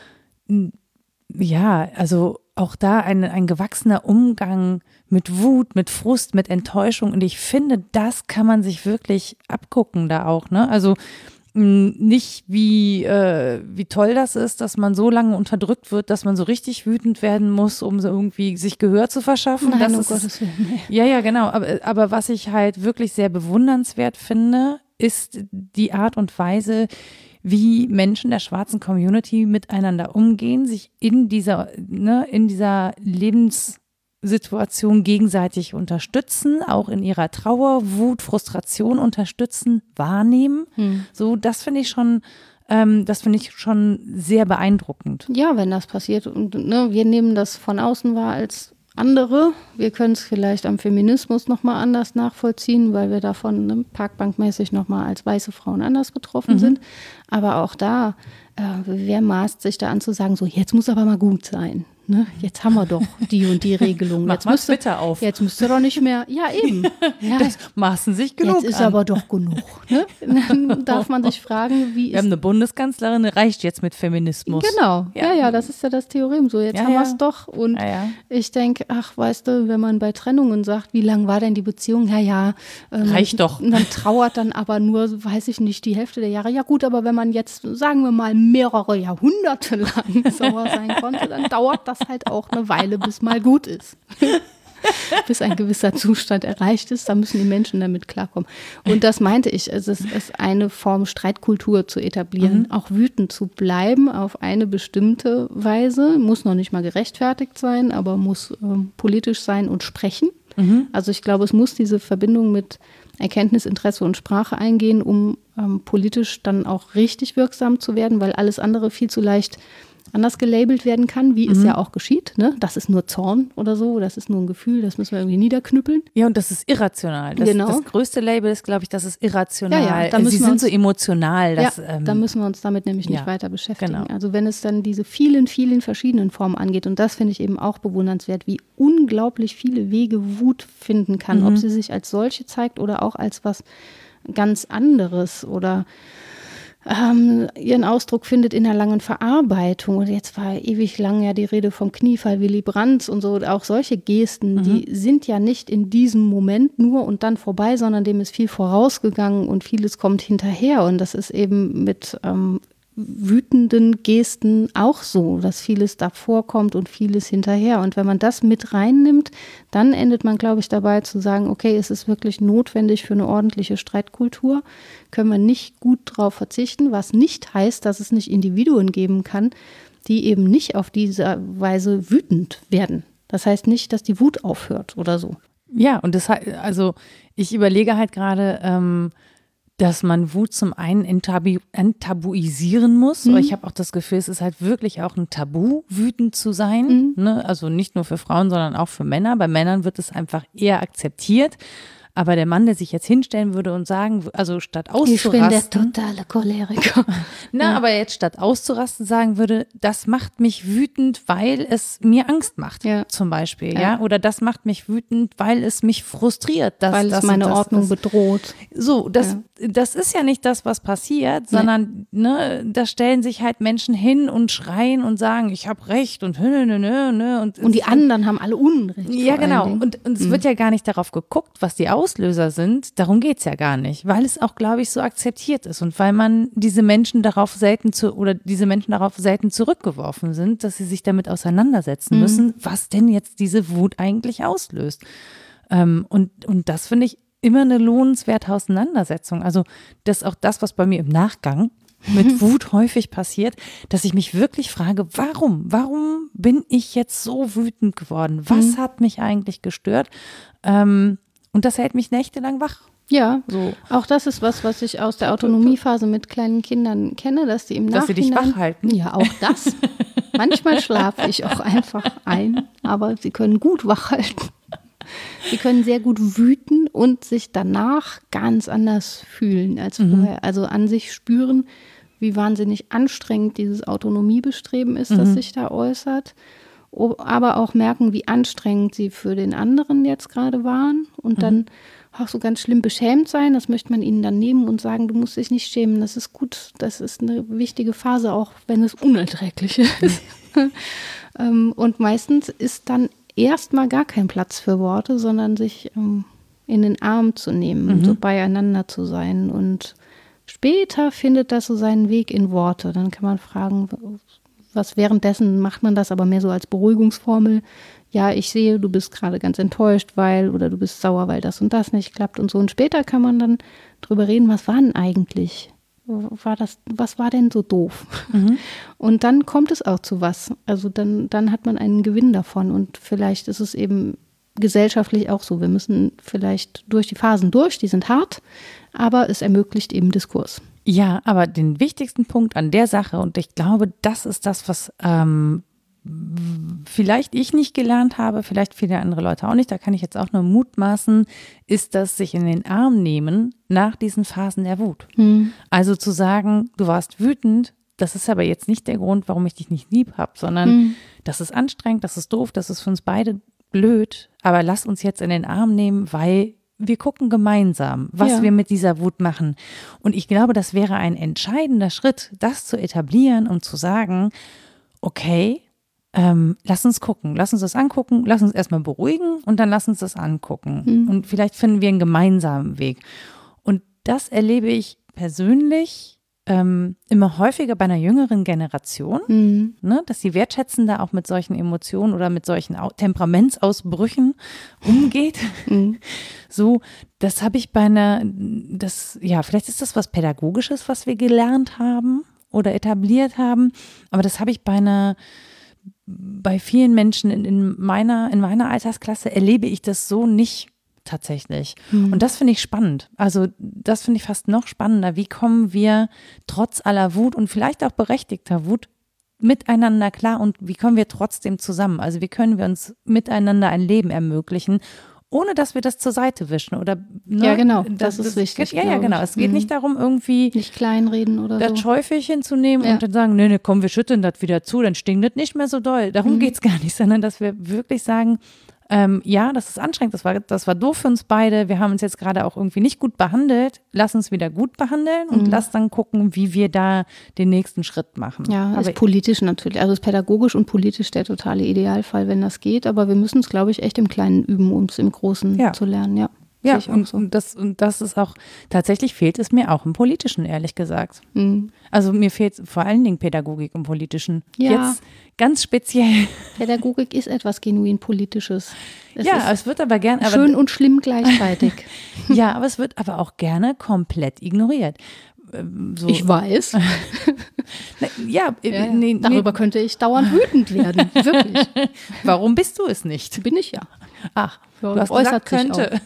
ja, also auch da ein, ein gewachsener Umgang mit Wut, mit Frust, mit Enttäuschung. Und ich finde, das kann man sich wirklich abgucken da auch, ne? Also mh, nicht wie, äh, wie toll das ist, dass man so lange unterdrückt wird, dass man so richtig wütend werden muss, um so irgendwie sich Gehör zu verschaffen. Nein, das um ist, Gottes Willen. Ja, ja, genau. Aber, aber was ich halt wirklich sehr bewundernswert finde, ist die Art und Weise, wie Menschen der schwarzen Community miteinander umgehen, sich in dieser, ne, in dieser Lebenssituation gegenseitig unterstützen, auch in ihrer Trauer, Wut, Frustration unterstützen, wahrnehmen. Hm. So, das finde ich schon, ähm, das finde ich schon sehr beeindruckend. Ja, wenn das passiert und ne, wir nehmen das von außen wahr als andere. Wir können es vielleicht am Feminismus nochmal anders nachvollziehen, weil wir davon ne, parkbankmäßig nochmal als weiße Frauen anders betroffen mhm. sind. Aber auch da, äh, wer maßt sich da an zu sagen, so jetzt muss aber mal gut sein. Ne? Jetzt haben wir doch die und die Regelung. Mach jetzt mal müsste, Twitter auf. Jetzt müsste doch nicht mehr, ja eben. Ja, das maßen sich genug Jetzt ist an. aber doch genug. Ne? Dann darf man sich fragen, wie Wir ist haben eine Bundeskanzlerin, reicht jetzt mit Feminismus. Genau, ja, ja, ja das ist ja das Theorem so. Jetzt ja, haben ja. wir es doch. Und ja, ja. ich denke, ach, weißt du, wenn man bei Trennungen sagt, wie lang war denn die Beziehung? Ja, ja. Ähm, reicht doch. Und man trauert dann aber nur, weiß ich nicht, die Hälfte der Jahre. Ja gut, aber wenn man jetzt, sagen wir mal, mehrere Jahrhunderte lang sauer sein konnte, dann dauert das halt auch eine Weile, bis mal gut ist. Bis ein gewisser Zustand erreicht ist, da müssen die Menschen damit klarkommen. Und das meinte ich, also es ist eine Form, Streitkultur zu etablieren, mhm. auch wütend zu bleiben auf eine bestimmte Weise, muss noch nicht mal gerechtfertigt sein, aber muss ähm, politisch sein und sprechen. Mhm. Also ich glaube, es muss diese Verbindung mit Erkenntnis, Interesse und Sprache eingehen, um ähm, politisch dann auch richtig wirksam zu werden, weil alles andere viel zu leicht anders gelabelt werden kann, wie mhm. es ja auch geschieht. Ne? Das ist nur Zorn oder so, das ist nur ein Gefühl, das müssen wir irgendwie niederknüppeln. Ja, und das ist irrational. Das, genau. das größte Label ist, glaube ich, das ist irrational. Ja, ja, da Sie sind uns, so emotional. Dass, ja, ähm, da müssen wir uns damit nämlich nicht ja, weiter beschäftigen. Genau. Also wenn es dann diese vielen, vielen verschiedenen Formen angeht, und das finde ich eben auch bewundernswert, wie unglaublich viele Wege Wut finden kann, mhm. ob sie sich als solche zeigt oder auch als was ganz anderes oder Ähm, ihren Ausdruck findet in einer langen Verarbeitung. Und jetzt war ewig lang ja die Rede vom Kniefall Willy Brandt und so. Auch solche Gesten, mhm. die sind ja nicht in diesem Moment nur und dann vorbei, sondern dem ist viel vorausgegangen und vieles kommt hinterher. Und das ist eben mit ähm, wütenden Gesten auch so, dass vieles davor kommt und vieles hinterher. Und wenn man das mit reinnimmt, dann endet man, glaube ich, dabei zu sagen, okay, es ist wirklich notwendig für eine ordentliche Streitkultur, können wir nicht gut drauf verzichten, was nicht heißt, dass es nicht Individuen geben kann, die eben nicht auf diese Weise wütend werden. Das heißt nicht, dass die Wut aufhört oder so. Ja, und das also ich überlege halt gerade, ähm, dass man Wut zum einen enttabu- enttabuisieren muss. Mhm. Ich habe auch das Gefühl, es ist halt wirklich auch ein Tabu, wütend zu sein. Mhm. Ne? Also nicht nur für Frauen, sondern auch für Männer. Bei Männern wird es einfach eher akzeptiert. Aber der Mann, der sich jetzt hinstellen würde und sagen, also statt auszurasten. Ich bin der totale Choleriker. Na, ja. aber jetzt statt auszurasten sagen würde, das macht mich wütend, weil es mir Angst macht, ja. zum Beispiel. Ja. ja. Oder das macht mich wütend, weil es mich frustriert. Dass, weil es das meine das, Ordnung das, bedroht. So, das, ja. das ist ja nicht das, was passiert, sondern ne, da stellen sich halt Menschen hin und schreien und sagen, ich habe Recht und nö, nö, nö, nö. Und, und die anderen haben alle Unrecht. Ja, genau. Und, und es mhm. wird ja gar nicht darauf geguckt, was die Auslöser sind. Darum geht's ja gar nicht, weil es auch, glaube ich, so akzeptiert ist und weil man diese Menschen darauf selten zu oder diese Menschen darauf selten zurückgeworfen sind, dass sie sich damit auseinandersetzen mhm. müssen, was denn jetzt diese Wut eigentlich auslöst. Ähm, und, und das finde ich immer eine lohnenswerte Auseinandersetzung. Also das ist auch das, was bei mir im Nachgang mit Wut häufig passiert, dass ich mich wirklich frage, warum? Warum bin ich jetzt so wütend geworden? Was mhm. hat mich eigentlich gestört? Ähm, und das hält mich nächtelang wach. Ja, so. Auch das ist was, was ich aus der Autonomiephase mit kleinen Kindern kenne, dass die im dass Nachhinein… Dass sie dich wach halten? Ja, auch das. Manchmal schlafe ich auch einfach ein, aber sie können gut wach halten. Sie können sehr gut wüten und sich danach ganz anders fühlen als mhm. vorher. Also an sich spüren, wie wahnsinnig anstrengend dieses Autonomiebestreben ist, mhm. das sich da äußert. Aber auch merken, wie anstrengend sie für den anderen jetzt gerade waren. Und mhm. dann auch so ganz schlimm beschämt sein. Das möchte man ihnen dann nehmen und sagen, du musst dich nicht schämen. Das ist gut. Das ist eine wichtige Phase, auch wenn es unerträglich ist. Und meistens ist dann erstmal gar kein Platz für Worte, sondern sich ähm, in den Arm zu nehmen, mhm. so beieinander zu sein. Und später findet das so seinen Weg in Worte. Dann kann man fragen, was währenddessen macht man das, aber mehr so als Beruhigungsformel. Ja, ich sehe, du bist gerade ganz enttäuscht, weil, oder du bist sauer, weil das und das nicht klappt und so. Und später kann man dann drüber reden, was war denn eigentlich? War das, was war denn so doof? Mhm. Und dann kommt es auch zu was. Also dann, dann hat man einen Gewinn davon. Und vielleicht ist es eben gesellschaftlich auch so. Wir müssen vielleicht durch die Phasen durch, die sind hart, aber es ermöglicht eben Diskurs. Ja, aber den wichtigsten Punkt an der Sache, und ich glaube, das ist das, was ähm, vielleicht ich nicht gelernt habe, vielleicht viele andere Leute auch nicht, da kann ich jetzt auch nur mutmaßen, ist das sich in den Arm nehmen nach diesen Phasen der Wut. Hm. Also zu sagen, du warst wütend, das ist aber jetzt nicht der Grund, warum ich dich nicht lieb habe, sondern hm. das ist anstrengend, das ist doof, das ist für uns beide blöd, aber lass uns jetzt in den Arm nehmen, weil wir gucken gemeinsam, was ja. wir mit dieser Wut machen. Und ich glaube, das wäre ein entscheidender Schritt, das zu etablieren und zu sagen, okay, Ähm, lass uns gucken, lass uns das angucken, lass uns erstmal beruhigen und dann lass uns das angucken. Mhm. Und vielleicht finden wir einen gemeinsamen Weg. Und das erlebe ich persönlich ähm, immer häufiger bei einer jüngeren Generation, mhm. ne, dass sie wertschätzender auch mit solchen Emotionen oder mit solchen Temperamentsausbrüchen umgeht. Mhm. So, das habe ich bei einer, das, ja, vielleicht ist das was Pädagogisches, was wir gelernt haben oder etabliert haben, aber das habe ich bei einer bei vielen Menschen in, in, meiner, in meiner Altersklasse erlebe ich das so nicht tatsächlich. Mhm. Und das finde ich spannend. Also das finde ich fast noch spannender. Wie kommen wir trotz aller Wut und vielleicht auch berechtigter Wut miteinander klar und wie kommen wir trotzdem zusammen? Also wie können wir uns miteinander ein Leben ermöglichen, ohne dass wir das zur Seite wischen oder ne? Ja, genau, das, das ist wichtig. Ja, ja, genau. Es geht mhm. nicht darum, irgendwie nicht kleinreden oder das so. Schäufelchen zu nehmen ja. und dann sagen, nee, nee, komm, wir schütteln das wieder zu, dann stinkt das nicht mehr so doll. Darum mhm. geht es gar nicht, sondern dass wir wirklich sagen, ähm, ja, das ist anstrengend, das war, das war doof für uns beide, wir haben uns jetzt gerade auch irgendwie nicht gut behandelt, lass uns wieder gut behandeln und mhm. lass dann gucken, wie wir da den nächsten Schritt machen. Ja, aber ist politisch natürlich, also ist pädagogisch und politisch der totale Idealfall, wenn das geht, aber wir müssen es, glaube ich, echt im Kleinen üben, um es im Großen ja. zu lernen, ja. Ja, und, so. und, das, und das ist auch, tatsächlich fehlt es mir auch im Politischen, ehrlich gesagt. Mhm. Also mir fehlt vor allen Dingen Pädagogik im Politischen. Ja. Jetzt ganz speziell. Pädagogik ist etwas genuin Politisches. Es ja, es wird aber gerne. Schön und schlimm gleichzeitig. Ja, aber es wird aber auch gerne komplett ignoriert. So. Ich weiß. ja, ja, nee, darüber nee. könnte ich dauernd wütend werden, wirklich. Warum bist du es nicht? Bin ich ja. Ach, ja, du hast äußert gesagt, könnte.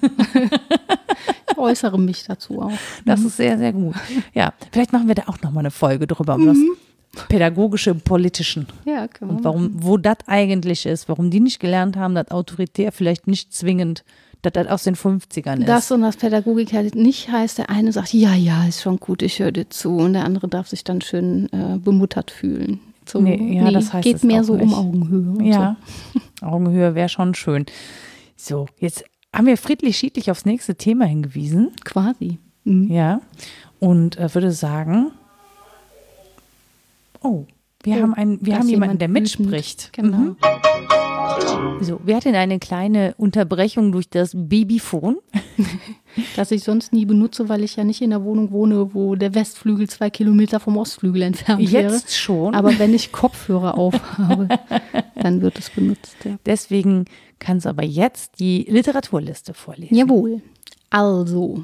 Ich äußere mich dazu auch. Das mhm. ist sehr, sehr gut. Ja, vielleicht machen wir da auch nochmal eine Folge drüber, um mhm. das Pädagogische im Politischen. Ja, können wir und warum, wo das eigentlich ist, warum die nicht gelernt haben, dass autoritär vielleicht nicht zwingend, dass das aus den fünfzigern ist. Das und das Pädagogik halt nicht heißt, der eine sagt, ja, ja, ist schon gut, ich höre dir zu. Und der andere darf sich dann schön äh, bemuttert fühlen. So, nee, ja, nee, das heißt geht mehr so nicht. um Augenhöhe. Ja, so. Augenhöhe wäre schon schön. So, jetzt haben wir friedlich-schiedlich aufs nächste Thema hingewiesen. Quasi. Mhm. Ja, und äh, würde sagen, oh, wir oh, haben, einen, wir haben jemanden, der mitspricht. Genau. Mhm. So, wir hatten eine kleine Unterbrechung durch das Babyphone. Das ich sonst nie benutze, weil ich ja nicht in der Wohnung wohne, wo der Westflügel zwei Kilometer vom Ostflügel entfernt Jetzt wäre. Jetzt schon. Aber wenn ich Kopfhörer aufhabe, dann wird es benutzt. Ja. Deswegen kannst du aber jetzt die Literaturliste vorlesen. Jawohl. Also,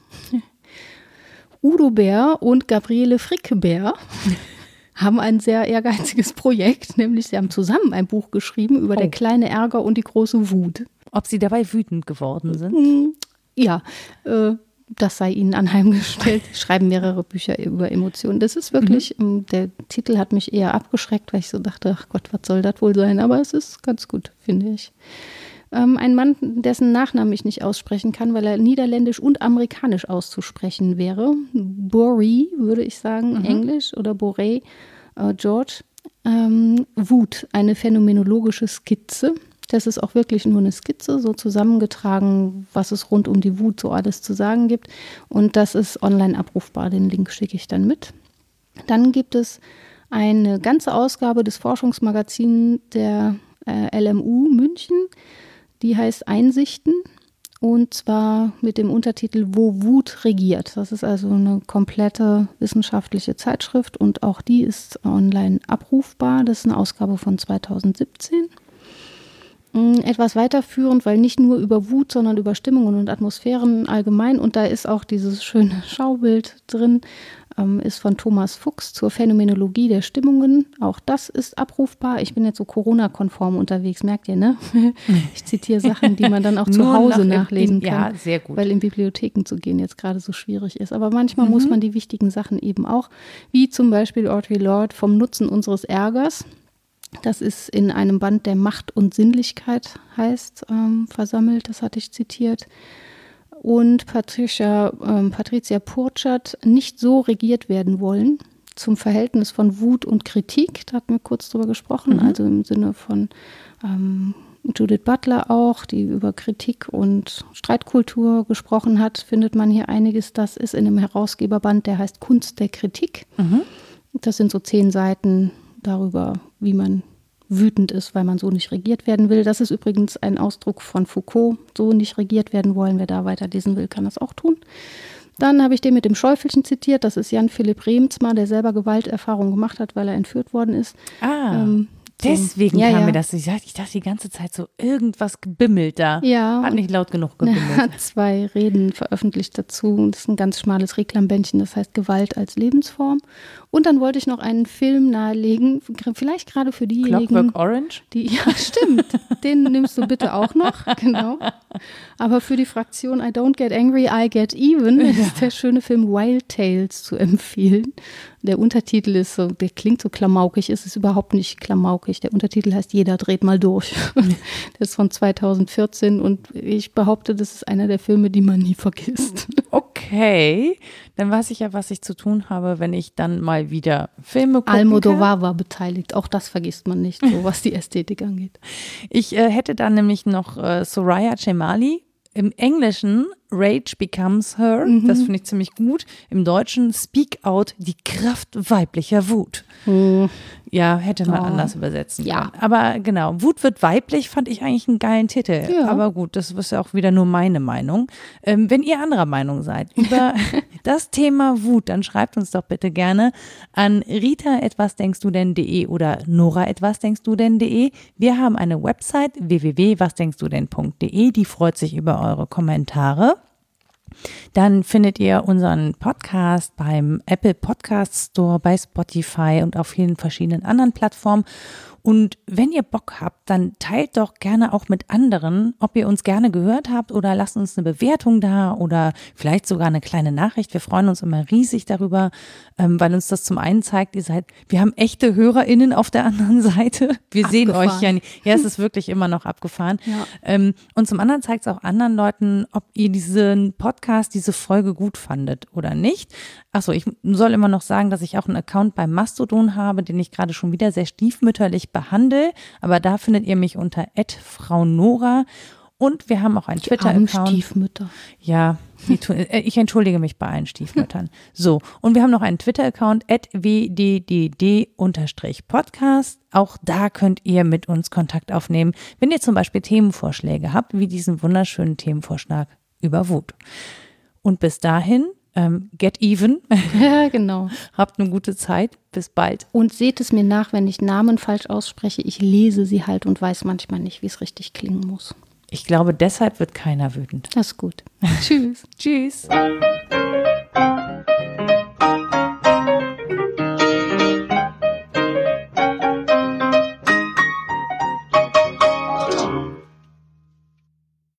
Udo Bär und Gabriele Fricke-Bär haben ein sehr ehrgeiziges Projekt, nämlich sie haben zusammen ein Buch geschrieben über oh. der kleine Ärger und die große Wut. Ob sie dabei wütend geworden sind? Ja, äh, das sei ihnen anheimgestellt. Sie schreiben mehrere Bücher über Emotionen. Das ist wirklich, mhm. der Titel hat mich eher abgeschreckt, weil ich so dachte, ach Gott, was soll das wohl sein? Aber es ist ganz gut, finde ich. Ähm, ein Mann, dessen Nachnamen ich nicht aussprechen kann, weil er niederländisch und amerikanisch auszusprechen wäre. Borey, würde ich sagen, mhm. Englisch, oder Borey, äh, George. Ähm, Wut, eine phänomenologische Skizze. Das ist auch wirklich nur eine Skizze, so zusammengetragen, was es rund um die Wut so alles zu sagen gibt. Und das ist online abrufbar, den Link schicke ich dann mit. Dann gibt es eine ganze Ausgabe des Forschungsmagazins der äh, L M U München, die heißt Einsichten, und zwar mit dem Untertitel Wo Wut regiert. Das ist also eine komplette wissenschaftliche Zeitschrift und auch die ist online abrufbar. Das ist eine Ausgabe von zweitausendsiebzehn. Etwas weiterführend, weil nicht nur über Wut, sondern über Stimmungen und Atmosphären allgemein, und da ist auch dieses schöne Schaubild drin, ähm, ist von Thomas Fuchs zur Phänomenologie der Stimmungen. Auch das ist abrufbar. Ich bin jetzt so Corona-konform unterwegs, merkt ihr, ne? Ich zitiere Sachen, die man dann auch zu Hause nach, nachlesen in, kann, ja, sehr gut. Weil in Bibliotheken zu gehen jetzt gerade so schwierig ist. Aber manchmal mhm. muss man die wichtigen Sachen eben auch, wie zum Beispiel Audre Lorde vom Nutzen unseres Ärgers. Das ist in einem Band, der Macht und Sinnlichkeit heißt, ähm, versammelt. Das hatte ich zitiert. Und Patricia, ähm, Patricia Purchert, Nicht so regiert werden wollen, zum Verhältnis von Wut und Kritik. Da hatten wir kurz drüber gesprochen, mhm. also im Sinne von ähm, Judith Butler auch, die über Kritik und Streitkultur gesprochen hat, findet man hier einiges. Das ist in einem Herausgeberband, der heißt Kunst der Kritik. Mhm. Das sind so zehn Seiten darüber, wie man wütend ist, weil man so nicht regiert werden will. Das ist übrigens ein Ausdruck von Foucault, so nicht regiert werden wollen. Wer da weiterlesen will, kann das auch tun. Dann habe ich den mit dem Schäufelchen zitiert. Das ist Jan Philipp Remzma, der selber Gewalterfahrung gemacht hat, weil er entführt worden ist. Ah, ähm, deswegen ja, kam ja. mir das. Ich dachte, ich dachte die ganze Zeit so, irgendwas gebimmelt da. Ja. Hat nicht laut genug gebimmelt. Er hat zwei Reden veröffentlicht dazu. Das ist ein ganz schmales Reklambändchen, das heißt Gewalt als Lebensform. Und dann wollte ich noch einen Film nahelegen, vielleicht gerade für diejenigen. Clockwork Orange? Die, ja, stimmt. Den nimmst du bitte auch noch, genau. Aber für die Fraktion I Don't Get Angry, I Get Even ja. ist der schöne Film Wild Tales zu empfehlen. Der Untertitel ist so, der klingt so klamaukig, ist es überhaupt nicht klamaukig. Der Untertitel heißt Jeder dreht mal durch. Der ist von zweitausendvierzehn und ich behaupte, das ist einer der Filme, die man nie vergisst. Okay, dann weiß ich ja, was ich zu tun habe, wenn ich dann mal wieder Filme gucken Almodovar kann. war beteiligt, auch das vergisst man nicht, so was die Ästhetik angeht. Ich äh, hätte dann nämlich noch äh, Soraya Cemali. Im Englischen Rage Becomes Her, mhm. das finde ich ziemlich gut. Im Deutschen Speak Out, die Kraft weiblicher Wut. Mhm. Ja, hätte man oh. anders übersetzen können. Ja. Aber genau, Wut wird weiblich, fand ich eigentlich einen geilen Titel. Ja. Aber gut, das ist ja auch wieder nur meine Meinung. Ähm, wenn ihr anderer Meinung seid über das Thema Wut, dann schreibt uns doch bitte gerne an rita etwas denkst du denn punkt de oder nora etwas denkst du denn punkt de. Wir haben eine Website w w w punkt was denkst du denn punkt de, die freut sich über eure Kommentare. Dann findet ihr unseren Podcast beim Apple Podcast Store, bei Spotify und auf vielen verschiedenen anderen Plattformen. Und wenn ihr Bock habt, dann teilt doch gerne auch mit anderen, ob ihr uns gerne gehört habt, oder lasst uns eine Bewertung da oder vielleicht sogar eine kleine Nachricht. Wir freuen uns immer riesig darüber, weil uns das zum einen zeigt, ihr seid, wir haben echte HörerInnen auf der anderen Seite. Wir abgefahren. Sehen euch ja nicht. Ja, es ist wirklich immer noch abgefahren. Ja. Und zum anderen zeigt es auch anderen Leuten, ob ihr diesen Podcast, diese Folge gut fandet oder nicht. Achso, ich soll immer noch sagen, dass ich auch einen Account bei Mastodon habe, den ich gerade schon wieder sehr stiefmütterlich behandle. Aber da findet ihr mich unter at frau nora. Und wir haben auch einen Twitter-Account. Stiefmütter. Ja, ich entschuldige mich bei allen Stiefmüttern. So, und wir haben noch einen Twitter-Account at w d d d Podcast. Auch da könnt ihr mit uns Kontakt aufnehmen, wenn ihr zum Beispiel Themenvorschläge habt, wie diesen wunderschönen Themenvorschlag über Wut. Und bis dahin, ähm, get even. Ja, genau. Habt eine gute Zeit. Bis bald. Und seht es mir nach, wenn ich Namen falsch ausspreche. Ich lese sie halt und weiß manchmal nicht, wie es richtig klingen muss. Ich glaube, deshalb wird keiner wütend. Das ist gut. Tschüss. Tschüss.